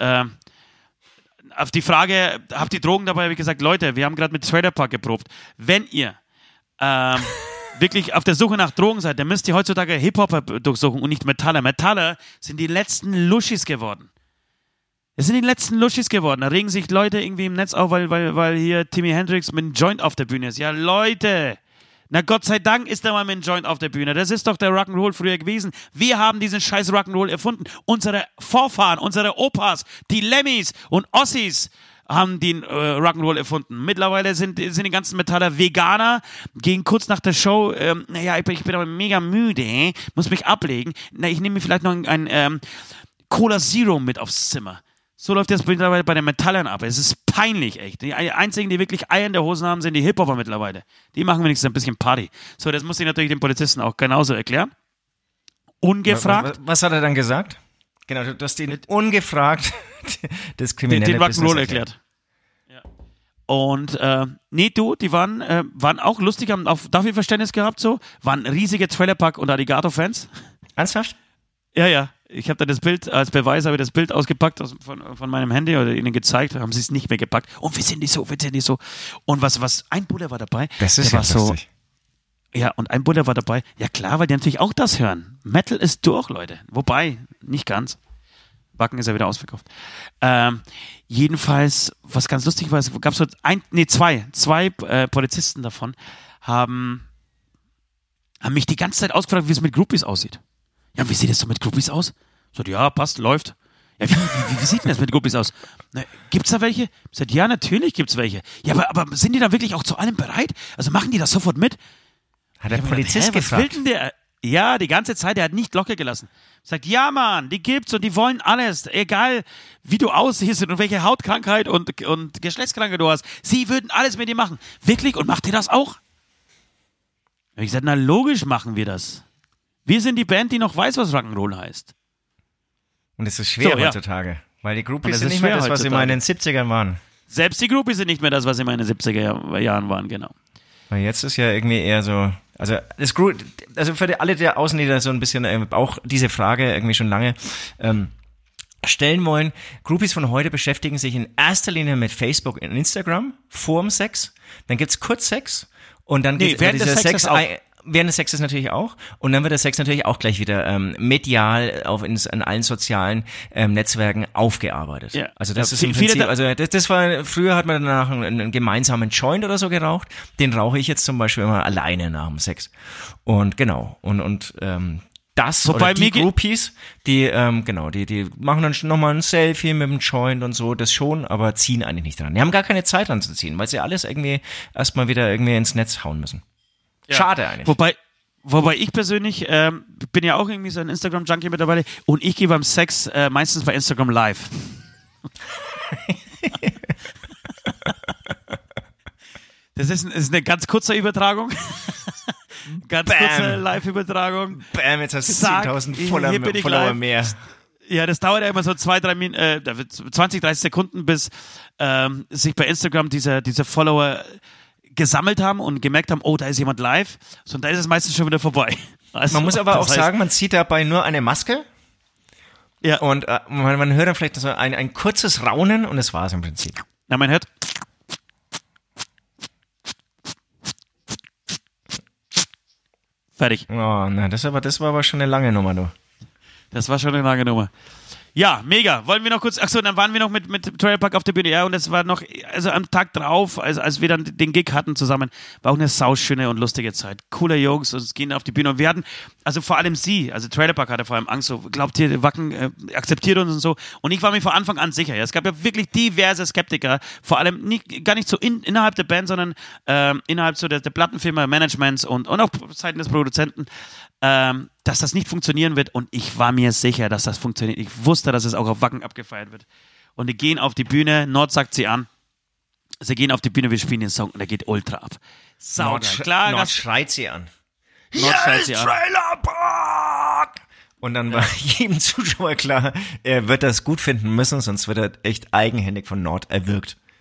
auf die Frage, habt ihr Drogen dabei, habe ich gesagt, Leute, wir haben gerade mit Trailer Park geprobt. Wenn ihr wirklich auf der Suche nach Drogen seid, dann müsst ihr heutzutage Hip-Hopper durchsuchen und nicht Metaller. Metaller sind die letzten Luschis geworden. Es sind die letzten Luschis geworden. Da regen sich Leute irgendwie im Netz auf, weil hier Jimi Hendrix mit einem Joint auf der Bühne ist. Ja, Leute, na Gott sei Dank ist er mal mit einem Joint auf der Bühne. Das ist doch der Rock'n'Roll früher gewesen. Wir haben diesen scheiß Rock'n'Roll erfunden. Unsere Vorfahren, unsere Opas, die Lemmys und Ossis haben den Rock'n'Roll erfunden. Mittlerweile sind die ganzen Metaller Veganer, gehen kurz nach der Show, ich bin aber mega müde, muss mich ablegen. Na, ich nehme mir vielleicht noch ein Cola Zero mit aufs Zimmer. So läuft das mittlerweile bei den Metallern ab. Es ist peinlich, echt. Die einzigen, die wirklich Eier in der Hosen haben, sind die Hip-Hopper mittlerweile. Die machen wenigstens ein bisschen Party. So, das muss ich natürlich den Polizisten auch genauso erklären. Ungefragt. Was hat er dann gesagt? Genau, du hast ihn ungefragt das kriminelle den Rock'n'Roll erklärt. Ja. Und die waren auch lustig, haben auch dafür Verständnis gehabt, so, waren riesige Trailerpark- und Alligator-Fans. Ernsthaft? Ja. Ich habe da das Bild, als Beweis habe ich das Bild ausgepackt von meinem Handy oder ihnen gezeigt, haben sie es nicht mehr gepackt. Und wir sind nicht so. Und ein Bulle war dabei. Das ist der ja war lustig. So, ja, und ein Bulle war dabei. Ja klar, weil die natürlich auch das hören. Metal ist durch, Leute. Wobei, nicht ganz. Wacken ist ja wieder ausverkauft. Jedenfalls, was ganz lustig war, es gab so zwei Polizisten davon, haben mich die ganze Zeit ausgefragt, wie es mit Groupies aussieht. Ja, wie sieht es so mit Groupies aus? So, ja, passt, läuft. Ja, wie sieht denn das mit Groupies aus? Na, gibt's da welche? Ich sag, ja, natürlich gibt's welche. Ja, aber sind die dann wirklich auch zu allem bereit? Also machen die das sofort mit? Hat der Polizist gedacht, gefragt? Was will denn der? Ja, die ganze Zeit, der hat nicht locker gelassen. Sagt, ja, Mann, die gibt's und die wollen alles. Egal, wie du aussiehst und welche Hautkrankheit und Geschlechtskrankheit du hast. Sie würden alles mit dir machen. Wirklich? Und macht ihr das auch? Da hab ich gesagt, na logisch machen wir das. Wir sind die Band, die noch weiß, was Rock'n'Roll heißt. Und es ist schwer heutzutage, weil die Groupies sind nicht mehr das, was sie mal in den 70ern waren. Selbst die Groupies sind nicht mehr das, was sie mal in den 70er Jahren waren, genau. Weil jetzt ist ja irgendwie eher so, also für alle der Außen, die da so ein bisschen auch diese Frage irgendwie schon lange stellen wollen, Groupies von heute beschäftigen sich in erster Linie mit Facebook und Instagram, vorm Sex, dann gibt's Kurzsex und dann geht während des Sex während des Sexes natürlich auch. Und dann wird der Sex natürlich auch gleich wieder medial in allen sozialen Netzwerken aufgearbeitet. Ja. Also das ist im Prinzip, das war, früher hat man danach einen gemeinsamen Joint oder so geraucht. Den rauche ich jetzt zum Beispiel immer alleine nach dem Sex. Und genau. Und das Wobei oder die Groupies, die machen dann nochmal ein Selfie mit dem Joint und so, das schon, aber ziehen eigentlich nicht dran. Die haben gar keine Zeit dran zu ziehen, weil sie alles irgendwie erstmal wieder irgendwie ins Netz hauen müssen. Ja. Schade eigentlich. Wobei ich persönlich bin ja auch irgendwie so ein Instagram-Junkie mittlerweile und ich gehe beim Sex meistens bei Instagram live. Das ist eine ganz kurze Übertragung. Ganz kurze Live-Übertragung. Bam, jetzt hast du 10.000 Follower mehr. Ja, das dauert ja immer so 20, 30 Sekunden, bis sich bei Instagram diese Follower gesammelt haben und gemerkt haben, oh, da ist jemand live. So, und da ist es meistens schon wieder vorbei. Also, man muss aber auch sagen, man zieht dabei nur eine Maske. Ja. Und man hört dann vielleicht so ein kurzes Raunen und das war's im Prinzip. Ja, man hört. Fertig. Oh, na, das war aber schon eine lange Nummer, du. Das war schon eine lange Nummer. Ja, mega. Wollen wir noch kurz, dann waren wir noch mit Trailer Park auf der Bühne, ja, und es war noch, also am Tag drauf, als wir dann den Gig hatten zusammen, war auch eine sauschöne und lustige Zeit. Coole Jungs, und es gehen auf die Bühne und wir hatten, also vor allem sie, also Trailer Park hatte vor allem Angst, so, glaubt ihr, Wacken akzeptiert uns und so, und ich war mir von Anfang an sicher, ja. Es gab ja wirklich diverse Skeptiker, vor allem gar nicht so innerhalb der Band, sondern innerhalb so der Plattenfirma, Managements und auch Seiten des Produzenten, dass das nicht funktionieren wird, und ich war mir sicher, dass das funktioniert. Ich wusste, dass es auch auf Wacken abgefeiert wird. Und die gehen auf die Bühne, Nord sagt sie an, sie gehen auf die Bühne, wir spielen den Song und der geht ultra ab. Nord schreit sie an. Nord schreit sie an. Trailer Park! Und dann war jedem Zuschauer klar, er wird das gut finden müssen, sonst wird er echt eigenhändig von Nord erwürgt.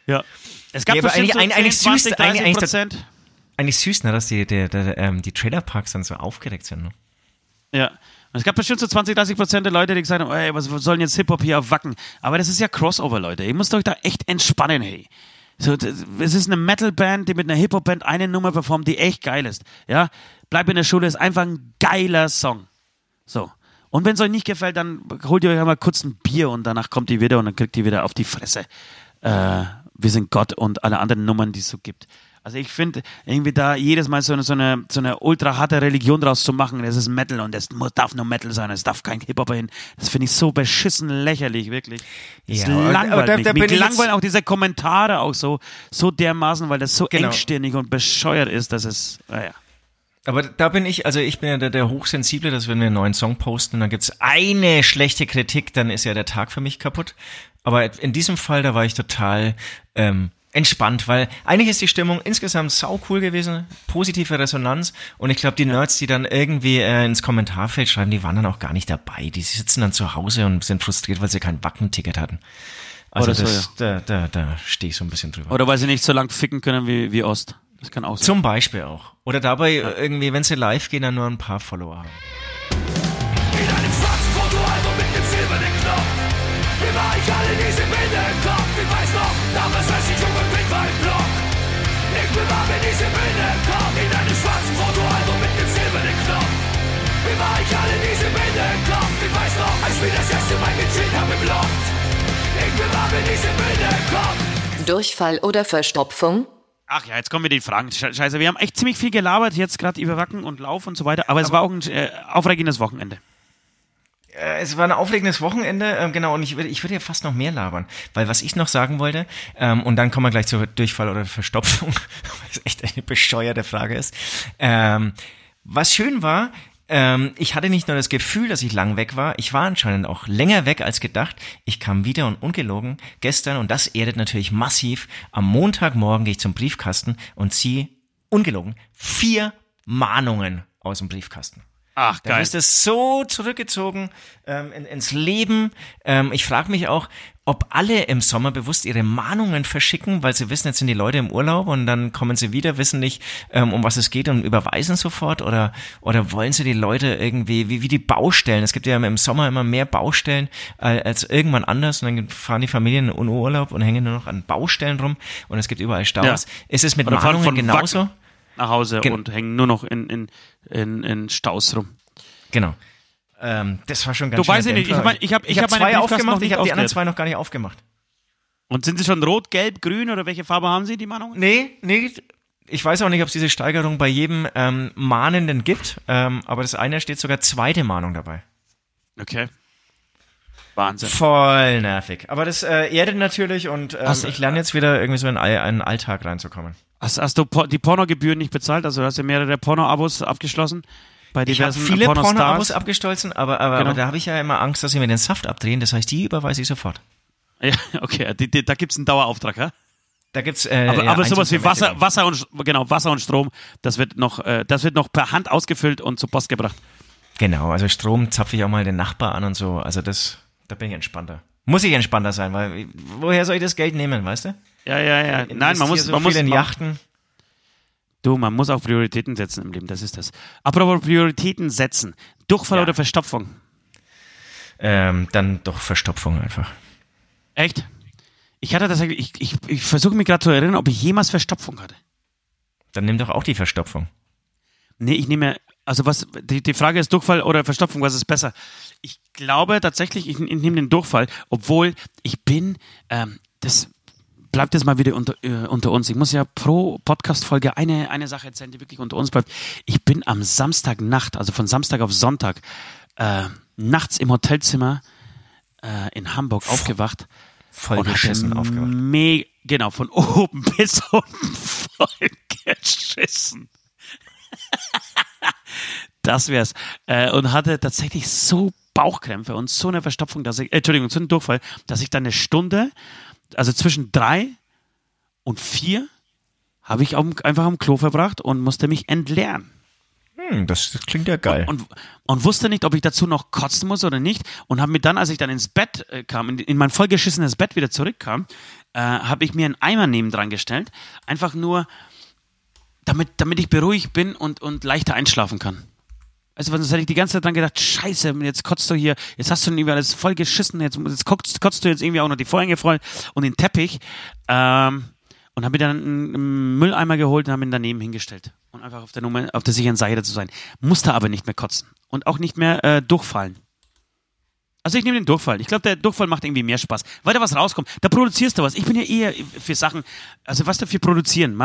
Ja. Es gab Ja, aber bestimmt so 10, eigentlich 20, süß, 30%. Eigentlich süß, ne, dass die Trailerparks dann so aufgeregt sind. Ne? Ja. Und es gab bestimmt so 20-30% der Leute, die gesagt haben, ey, was soll denn jetzt Hip-Hop hier auf Wacken? Aber das ist ja Crossover, Leute. Ihr müsst euch da echt entspannen, hey. So, es ist eine Metal-Band, die mit einer Hip-Hop-Band eine Nummer performt, die echt geil ist. Ja? Bleib in der Schule ist einfach ein geiler Song. So. Und wenn es euch nicht gefällt, dann holt ihr euch einmal kurz ein Bier und danach kommt ihr wieder und dann kriegt ihr wieder auf die Fresse. Wir sind Gott und alle anderen Nummern, die es so gibt. Also ich finde, irgendwie da jedes Mal so eine ultra harte Religion draus zu machen, das ist Metal und das darf nur Metal sein, es darf kein Hip-Hop hin. Das finde ich so beschissen lächerlich, wirklich. Das langweilt mich. Mich langweilen auch diese Kommentare auch so dermaßen, weil das so engstirnig und bescheuert ist, dass es, naja. Aber da bin ich bin ja der Hochsensible, dass wenn wir einen neuen Song posten und dann gibt's eine schlechte Kritik, dann ist ja der Tag für mich kaputt. Aber in diesem Fall, da war ich total entspannt, weil eigentlich ist die Stimmung insgesamt sau cool gewesen, positive Resonanz und ich glaube, die Nerds, die dann irgendwie ins Kommentarfeld schreiben, die waren dann auch gar nicht dabei. Die sitzen dann zu Hause und sind frustriert, weil sie kein Wacken-Ticket hatten. Also da stehe ich so ein bisschen drüber. Oder weil sie nicht so lang ficken können wie Ost. Das kann auch sein. Zum Beispiel auch. Oder dabei irgendwie, wenn sie live gehen, dann nur ein paar Follower haben. In einem schwarzen Fotoalbum mit dem silbernen Knopf. Wie war ich alle diese Bilder im Kopf? Ich weiß noch, damals als ich jung und blind war im Block. Ich bewahre mir diese Bilder im Kopf. In einem schwarzen Fotoalbum mit dem silbernen Knopf. Wie war ich alle diese Bilder im Kopf? Ich weiß noch, als wir das erste Mal gechillt haben im Loft. Ich bewahre mir diese Bilder im Kopf. Durchfall oder Verstopfung? Ach ja, jetzt kommen wir die Fragen. Scheiße, wir haben echt ziemlich viel gelabert jetzt gerade über Wacken und Lauf und so weiter, aber es war auch ein aufregendes Wochenende. Es war ein aufregendes Wochenende, genau, und ich würde ja fast noch mehr labern, weil was ich noch sagen wollte, und dann kommen wir gleich zur Durchfall oder Verstopfung, was echt eine bescheuerte Frage ist. Was schön war, ich hatte nicht nur das Gefühl, dass ich lang weg war, ich war anscheinend auch länger weg als gedacht. Ich kam wieder und ungelogen gestern, und das erdet natürlich massiv, am Montagmorgen gehe ich zum Briefkasten und ziehe, ungelogen, 4 Mahnungen aus dem Briefkasten. Ach, geil. Da ist es so zurückgezogen ins Leben. Ich frage mich auch, ob alle im Sommer bewusst ihre Mahnungen verschicken, weil sie wissen, jetzt sind die Leute im Urlaub und dann kommen sie wieder, wissen nicht, um was es geht und überweisen sofort, oder wollen sie die Leute irgendwie, wie die Baustellen. Es gibt ja im Sommer immer mehr Baustellen als irgendwann anders, und dann fahren die Familien in Urlaub und hängen nur noch an Baustellen rum und es gibt überall Staus. Ja. Ist es mit Mahnungen von genauso? Wacken nach Hause und hängen nur noch in Staus rum. Genau. Das war schon ganz schön. Du weißt nicht, ich hab 2 aufgemacht, ich habe die anderen 2 noch gar nicht aufgemacht. Und sind sie schon rot, gelb, grün oder welche Farbe haben sie, die Mahnungen? Nee, ich weiß auch nicht, ob es diese Steigerung bei jedem Mahnenden gibt, aber das eine steht sogar 2. Mahnung dabei. Okay. Wahnsinn. Voll nervig. Aber das erdet natürlich, und ich lerne jetzt wieder irgendwie so in einen Alltag reinzukommen. Hast du die Pornogebühren nicht bezahlt? Also du hast ja mehrere Porno-Abos abgeschlossen? Bei diversen ich habe viele Porno-Abos abgestolzen, aber da habe ich ja immer Angst, dass sie mir den Saft abdrehen. Das heißt, die überweise ich sofort. Ja, okay. Da gibt's einen Dauerauftrag, ja? Da gibt's aber sowas wie Wasser und Strom, das wird noch per Hand ausgefüllt und zur Post gebracht. Genau, also Strom zapfe ich auch mal den Nachbar an und so. Also da bin ich entspannter. Muss ich entspannter sein, weil woher soll ich das Geld nehmen, weißt du? Ja. Nein, man muss in Yachten. Man muss auch Prioritäten setzen im Leben, das ist das. Apropos Prioritäten setzen. Durchfall oder Verstopfung? Dann doch Verstopfung einfach. Echt? Ich hatte tatsächlich, ich versuche mich gerade zu erinnern, ob ich jemals Verstopfung hatte. Dann nimm doch auch die Verstopfung. Nee, ich nehme, also die Frage ist Durchfall oder Verstopfung, was ist besser? Ich glaube tatsächlich, ich nehme den Durchfall, obwohl ich bin, das bleibt jetzt mal wieder unter uns. Ich muss ja pro Podcast-Folge eine Sache erzählen, die wirklich unter uns bleibt. Ich bin am Samstagnacht, also von Samstag auf Sonntag, nachts im Hotelzimmer in Hamburg aufgewacht. Voll geschissen aufgewacht. Genau, von oben bis unten voll geschissen. Das wär's. Und hatte tatsächlich so Bauchkrämpfe und so eine Verstopfung, so einen Durchfall, dass ich dann eine Stunde, also zwischen 3 und 4, habe ich einfach am Klo verbracht und musste mich entleeren. Das klingt ja geil. Und wusste nicht, ob ich dazu noch kotzen muss oder nicht. Und habe mir dann, als ich dann ins Bett kam, in mein vollgeschissenes Bett wieder zurückkam, habe ich mir einen Eimer nebendran gestellt. Einfach nur, damit ich beruhigt bin und leichter einschlafen kann. Also, sonst hätte ich die ganze Zeit dran gedacht, scheiße, jetzt kotzt du hier, jetzt hast du irgendwie alles voll geschissen, jetzt kotzt du jetzt irgendwie auch noch die Vorhänge voll und den Teppich. Und habe mir dann einen Mülleimer geholt und habe ihn daneben hingestellt. Und einfach auf der sicheren Seite zu sein. Musste aber nicht mehr kotzen. Und auch nicht mehr durchfallen. Also ich nehme den Durchfall. Ich glaube, der Durchfall macht irgendwie mehr Spaß. Weil da was rauskommt. Da produzierst du was. Ich bin ja eher für Sachen, also was dafür produzieren.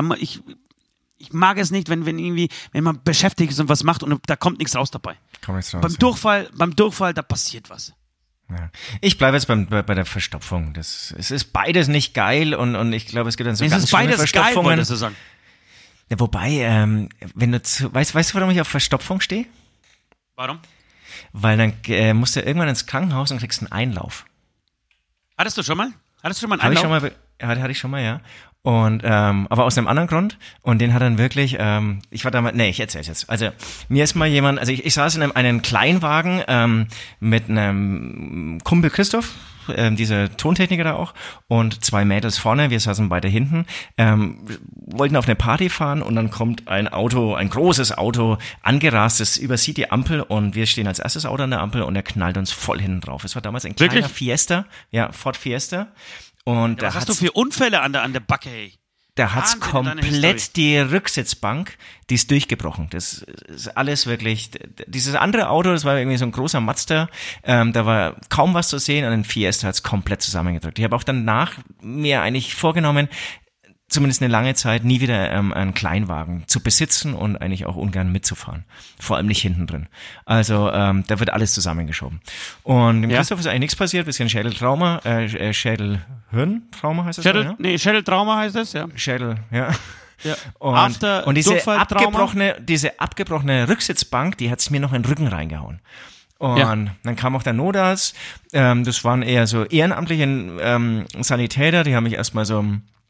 Ich mag es nicht, wenn man beschäftigt ist und was macht und da kommt nichts raus dabei. Beim Durchfall, da passiert was. Ja. Ich bleibe jetzt bei der Verstopfung. Es ist beides nicht geil und ich glaube, es gibt dann so ganz schöne Verstopfungen. Geil, wolltest du sagen. Ja, wobei, wenn du weißt du, warum ich auf Verstopfung stehe? Warum? Weil dann musst du irgendwann ins Krankenhaus und kriegst einen Einlauf. Hattest du schon mal einen Einlauf? Hatte ich schon mal, ja. Und aber aus einem anderen Grund. Und den hat dann wirklich, ich erzähl's jetzt. Also mir ist mal jemand, also ich saß in einem Kleinwagen mit einem Kumpel Christoph, dieser Tontechniker da auch, und 2 Mädels vorne, wir saßen beide hinten, wollten auf eine Party fahren und dann kommt ein großes Auto, angerast, das übersieht die Ampel und wir stehen als erstes Auto an der Ampel und er knallt uns voll hinten drauf. Es war damals ein kleiner Fiesta, ja, Ford Fiesta. Und was hast du für Unfälle an der Backe, hey? Da hat's komplett die Rücksitzbank, die ist durchgebrochen. Das ist alles wirklich, dieses andere Auto, das war irgendwie so ein großer Mazda, da war kaum was zu sehen und ein Fiesta hat's komplett zusammengedrückt. Ich habe auch danach mir eigentlich vorgenommen, zumindest eine lange Zeit, nie wieder einen Kleinwagen zu besitzen und eigentlich auch ungern mitzufahren. Vor allem nicht hinten drin. Also da wird alles zusammengeschoben. Und dem Christoph ist eigentlich nichts passiert, bisschen Schädeltrauma, Schädelhirntrauma heißt das? Schädeltrauma heißt das, ja. Schädel, ja. Ja. Und diese abgebrochene Rücksitzbank, die hat's mir noch in den Rücken reingehauen. Und dann kam auch der Notarzt, das waren eher so ehrenamtliche Sanitäter, die haben mich erstmal so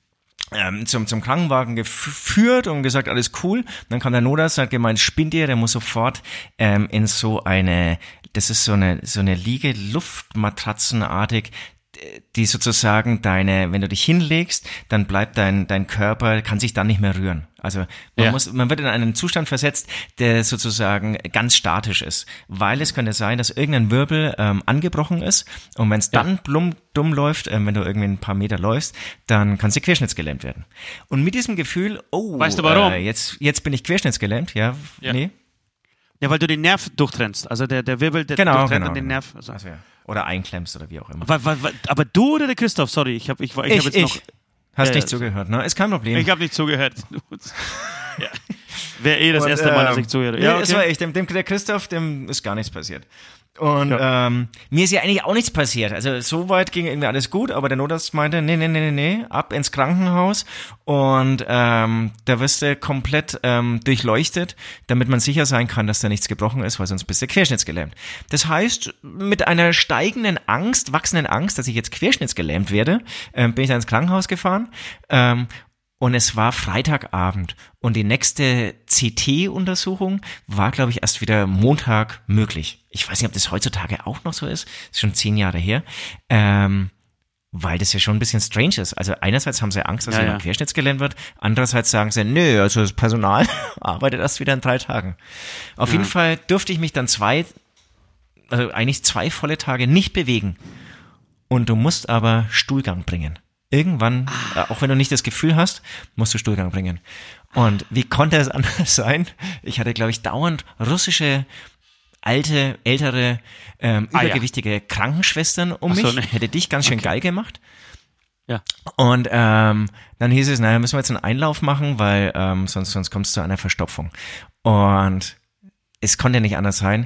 zum Krankenwagen geführt und gesagt, alles cool. Und dann kam der Notarzt und hat gemeint, spinnt ihr, der muss sofort in so eine, das ist so eine Liege, Luftmatratzenartig, die sozusagen wenn du dich hinlegst, dann bleibt dein Körper, kann sich dann nicht mehr rühren. Also man wird in einen Zustand versetzt, der sozusagen ganz statisch ist, weil es könnte sein, dass irgendein Wirbel angebrochen ist und wenn es dann dumm läuft, wenn du irgendwie ein paar Meter läufst, dann kannst du querschnittsgelähmt werden. Und mit diesem Gefühl, weißt du warum? Jetzt bin ich querschnittsgelähmt, nee. Ja, weil du den Nerv durchtrennst, also der Wirbel, der durchtrennt dann den Nerv. Also. Ja. Oder einklemmst oder wie auch immer. Aber du oder der Christoph, sorry, ich hab jetzt noch... Hast nicht zugehört, ne? Ist kein Problem. Ich habe nicht zugehört. Ja. Wäre das erste Mal, dass ich zuhöre. Ja, okay. Es war echt, der Christoph, dem ist gar nichts passiert. Und mir ist ja eigentlich auch nichts passiert. Also soweit ging irgendwie alles gut, aber der Notarzt meinte, nee, ab ins Krankenhaus und da wirst du komplett durchleuchtet, damit man sicher sein kann, dass da nichts gebrochen ist, weil sonst bist du querschnittsgelähmt. Das heißt, mit einer wachsenden Angst, dass ich jetzt querschnittsgelähmt werde, bin ich dann ins Krankenhaus gefahren. Und es war Freitagabend und die nächste CT-Untersuchung war, glaube ich, erst wieder Montag möglich. Ich weiß nicht, ob das heutzutage auch noch so ist. Das ist schon 10 Jahre her. Weil das ja schon ein bisschen strange ist. Also einerseits haben sie Angst, dass jemand querschnittsgelähmt wird. Andererseits sagen sie, nö, also das Personal arbeitet erst wieder in 3 Tagen. Auf jeden Fall durfte ich mich dann 2 volle Tage nicht bewegen. Und du musst aber Stuhlgang bringen. Irgendwann, auch wenn du nicht das Gefühl hast, musst du Stuhlgang bringen. Und wie konnte es anders sein? Ich hatte, glaube ich, dauernd russische, ältere, übergewichtige Krankenschwestern um mich. Ne? Hätte dich ganz schön geil gemacht. Ja. Und dann hieß es, naja, müssen wir jetzt einen Einlauf machen, weil sonst kommst du zu einer Verstopfung. Und es konnte nicht anders sein.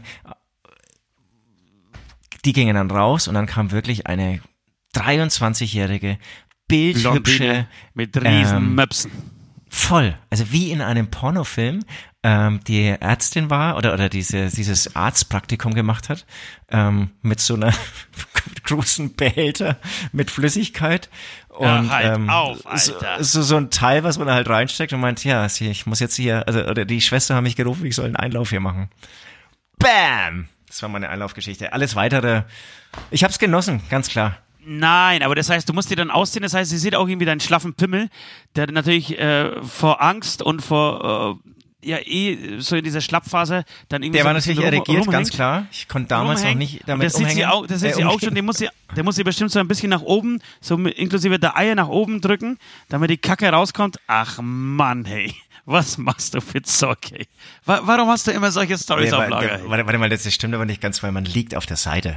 Die gingen dann raus und dann kam wirklich eine 23-jährige bildhübsche Blondine mit riesen Möpsen. Voll, also wie in einem Pornofilm, die Ärztin war oder dieses Arztpraktikum gemacht hat, mit so einer großen Behälter mit Flüssigkeit. Und auf, Alter. so ein Teil, was man da halt reinsteckt und meint, ja, ich muss jetzt hier, oder die Schwester hat mich gerufen, ich soll einen Einlauf hier machen. Bam! Das war meine Einlaufgeschichte. Alles Weitere, ich hab's genossen, ganz klar. Nein, aber das heißt, du musst dir dann ausziehen, das heißt, sie sieht auch irgendwie deinen schlaffen Pimmel, der natürlich vor Angst und vor so in dieser Schlappphase dann irgendwie der so war natürlich erregiert, ganz klar. Ich konnte damals noch nicht damit umhängen. Das sieht sie auch schon, der muss sie bestimmt so ein bisschen nach oben, so inklusive der Eier nach oben drücken, damit die Kacke rauskommt. Ach Mann, hey, was machst du für Zeug, hey? Warum hast du immer solche Storys auf Lager? Warte mal, das stimmt aber nicht ganz, weil man liegt auf der Seite.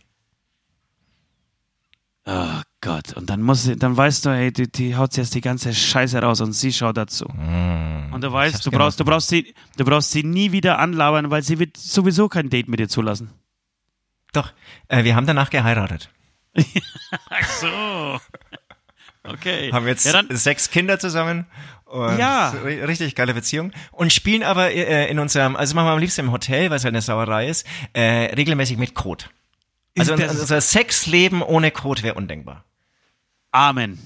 Oh Gott, und dann weißt du, hey, die haut jetzt die ganze Scheiße raus und sie schaut dazu. Und du weißt, du brauchst sie nie wieder anlabern, weil sie wird sowieso kein Date mit dir zulassen. Doch, wir haben danach geheiratet. Ach so. Okay. Haben jetzt 6 Kinder zusammen und richtig geile Beziehung und spielen aber in unserem, also machen wir am liebsten im Hotel, weil es halt eine Sauerei ist, regelmäßig mit Code. Also unser Sexleben ohne Code wäre undenkbar. Amen.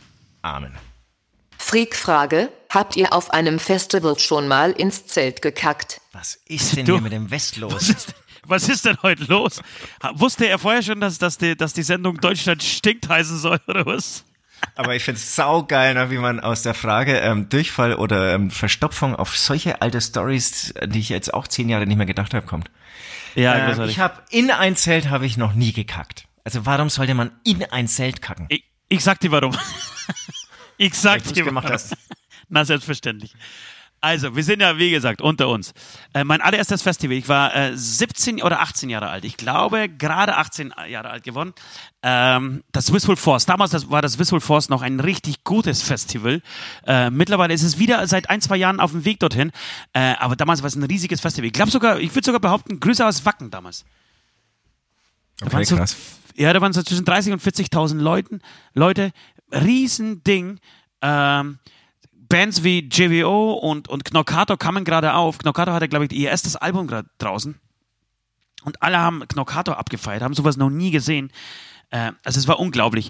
Freak-Frage, habt ihr auf einem Festival schon mal ins Zelt gekackt? Was ist denn hier mit dem West los? Was ist denn heute los? Wusste er vorher schon, dass die Sendung Deutschland stinkt heißen soll, oder was? Aber ich find's saugeil, ne, wie man aus der Frage Durchfall oder Verstopfung auf solche alte Stories, die ich jetzt auch 10 Jahre nicht mehr gedacht habe, kommt. Ja, in ein Zelt habe ich noch nie gekackt. Also warum sollte man in ein Zelt kacken? Ich sag dir warum. Ich sag dir, gemacht hast. Na, selbstverständlich. Also, wir sind ja, wie gesagt, unter uns. Mein allererstes Festival, ich war 17 oder 18 Jahre alt. Ich glaube, gerade 18 Jahre alt geworden. Das Whistle Force. Damals war das Whistle Force noch ein richtig gutes Festival. Mittlerweile ist es wieder seit 1-2 Jahren auf dem Weg dorthin. Aber damals war es ein riesiges Festival. Ich würde sogar behaupten, größer als Wacken damals. Okay, krass. Da waren so zwischen 30 und 40.000 Leute. Riesending. Bands wie JWO und Knockator kamen gerade auf. Knockator hatte, glaube ich, ihr erstes Album gerade draußen. Und alle haben Knockator abgefeiert, haben sowas noch nie gesehen. Also es war unglaublich.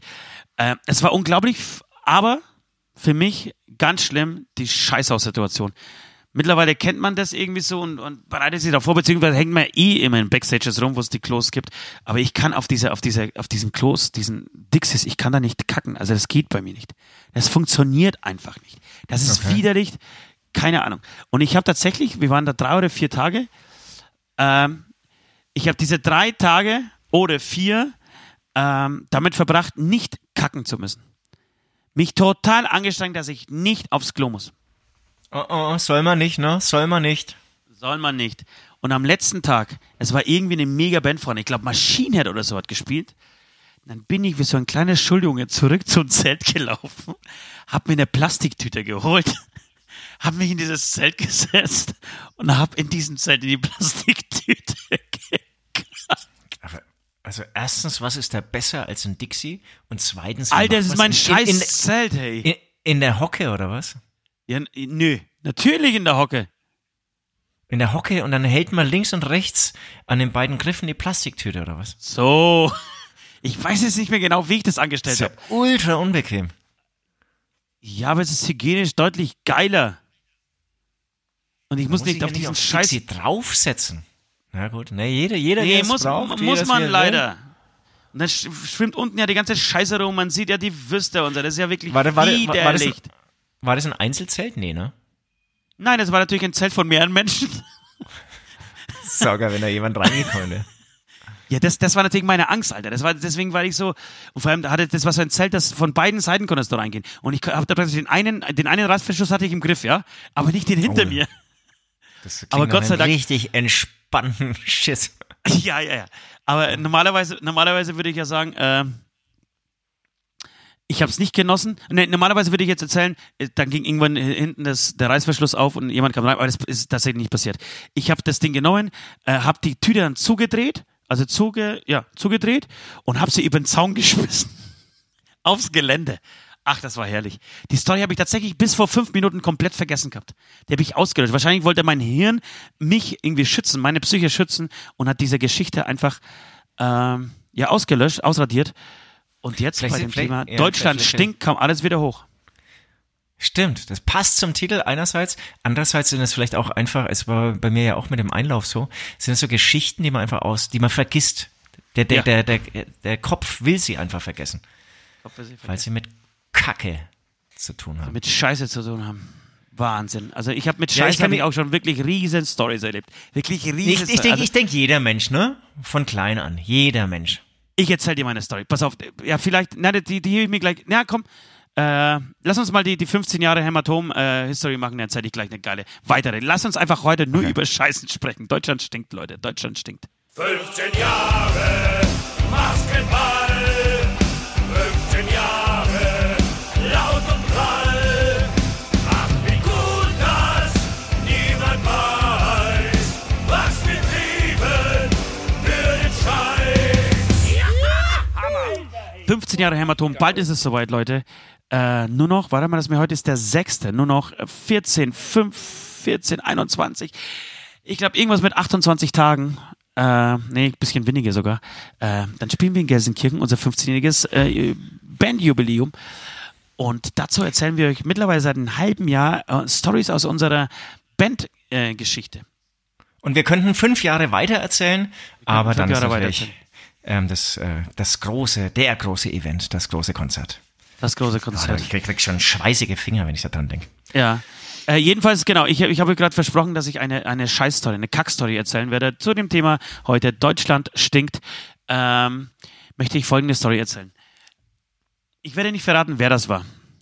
Aber für mich ganz schlimm die Scheißhaussituation. Mittlerweile kennt man das irgendwie so und bereitet sich davor, beziehungsweise hängt man immer in Backstages rum, wo es die Klos gibt. Aber ich kann auf diesen Klos, diesen Dixies, ich kann da nicht kacken. Also das geht bei mir nicht. Das funktioniert einfach nicht. Das ist widerlich. Keine Ahnung. Und ich habe tatsächlich, wir waren da 3 oder 4 Tage. Ich habe diese 3 Tage oder 4 damit verbracht, nicht kacken zu müssen. Mich total angestrengt, dass ich nicht aufs Klo muss. Soll man nicht, ne? Soll man nicht. Und am letzten Tag, es war irgendwie eine mega Band vorne, ich glaube Machine Head oder so hat gespielt. Und dann bin ich wie so ein kleiner Schuljunge zurück zum Zelt gelaufen, hab mir eine Plastiktüte geholt, hab mich in dieses Zelt gesetzt und hab in diesem Zelt in die Plastiktüte gekackt. Also erstens, was ist da besser als ein Dixie? Und zweitens, Alter, das ist mein scheiß Zelt, hey. In der Hocke oder was? Ja, nö, natürlich in der Hocke. In der Hocke und dann hält man links und rechts an den beiden Griffen die Plastiktüte oder was? So, ich weiß jetzt nicht mehr genau, wie ich das angestellt habe. Das ist ja ultra unbequem. Ja, aber es ist hygienisch deutlich geiler. Und ich muss nicht auf diesen Scheiß Dixie draufsetzen. Na gut, ne, jeder muss man leider. Und dann schwimmt unten ja die ganze Scheiße rum, man sieht ja die Würste und so, das ist ja wirklich widerlich. War das ein Einzelzelt? Nee, ne? Nein, das war natürlich ein Zelt von mehreren Menschen. Sauger, wenn da jemand reingekommen wäre. Ja, das war natürlich meine Angst, Alter. Deswegen war ich so, und vor allem das war so ein Zelt, das von beiden Seiten konntest du reingehen. Und ich habe da plötzlich den einen Reißverschluss hatte ich im Griff, ja, aber nicht den hinter mir. Das klingt aber Gott sei Dank richtig entspannten Shit. Ja. Aber normalerweise würde ich ja sagen, ich habe es nicht genossen. Nee, normalerweise würde ich jetzt erzählen, dann ging irgendwann hinten der Reißverschluss auf und jemand kam rein, aber das ist tatsächlich nicht passiert. Ich habe das Ding genommen, habe die Tüte dann zugedreht und habe sie über den Zaun geschmissen. Aufs Gelände. Ach, das war herrlich. Die Story habe ich tatsächlich bis vor 5 Minuten komplett vergessen gehabt. Die habe ich ausgelöscht. Wahrscheinlich wollte mein Hirn mich irgendwie schützen, meine Psyche schützen und hat diese Geschichte einfach ja ausgelöscht, ausradiert. Und jetzt bei dem Thema Deutschland stinkt, kam alles wieder hoch. Stimmt, das passt zum Titel einerseits, andererseits sind es vielleicht auch einfach, es war bei mir ja auch mit dem Einlauf so, sind es so Geschichten, die man einfach die man vergisst. Der Kopf will sie einfach vergessen. Weil sie mit Kacke zu tun haben. Mit Scheiße zu tun haben. Wahnsinn. Also ich habe mit Scheiße hab ich auch schon wirklich riesen Stories erlebt. Wirklich riesen. Ich denke jeder Mensch, ne? Von klein an. Jeder Mensch. Ich erzähl dir meine Story. Pass auf. Ja, vielleicht, die hebe ich mir gleich. Na komm. Lass uns mal die 15 Jahre Hämatom-History machen, dann erzähl ich gleich eine geile weitere. Lass uns einfach heute nur über Scheißen sprechen. Deutschland stinkt, Leute. Deutschland stinkt. 15 Jahre Maskenball, 15 Jahre laut und prall. Ach, wie gut, dass niemand weiß, was wir trieben für den Scheiß. Ja, Hammer! 15 Jahre Hämatom, bald ist es soweit, Leute. Nur noch, warte mal, heute ist der 6. Nur noch 14, 21. Ich glaube, irgendwas mit 28 Tagen. Ein bisschen weniger sogar. Dann spielen wir in Gelsenkirchen unser 15-jähriges Bandjubiläum. Und dazu erzählen wir euch mittlerweile seit einem halben Jahr Stories aus unserer Bandgeschichte. Und wir könnten 5 Jahre weiter erzählen, aber dann ist natürlich das große Event, das große Konzert. Das große Konzert. Ich krieg schon schweißige Finger, wenn ich daran denke. Ja. Jedenfalls, genau, ich habe gerade versprochen, dass ich eine Scheißstory, eine Kackstory erzählen werde. Zu dem Thema heute Deutschland stinkt, möchte ich folgende Story erzählen. Ich werde nicht verraten, wer das war.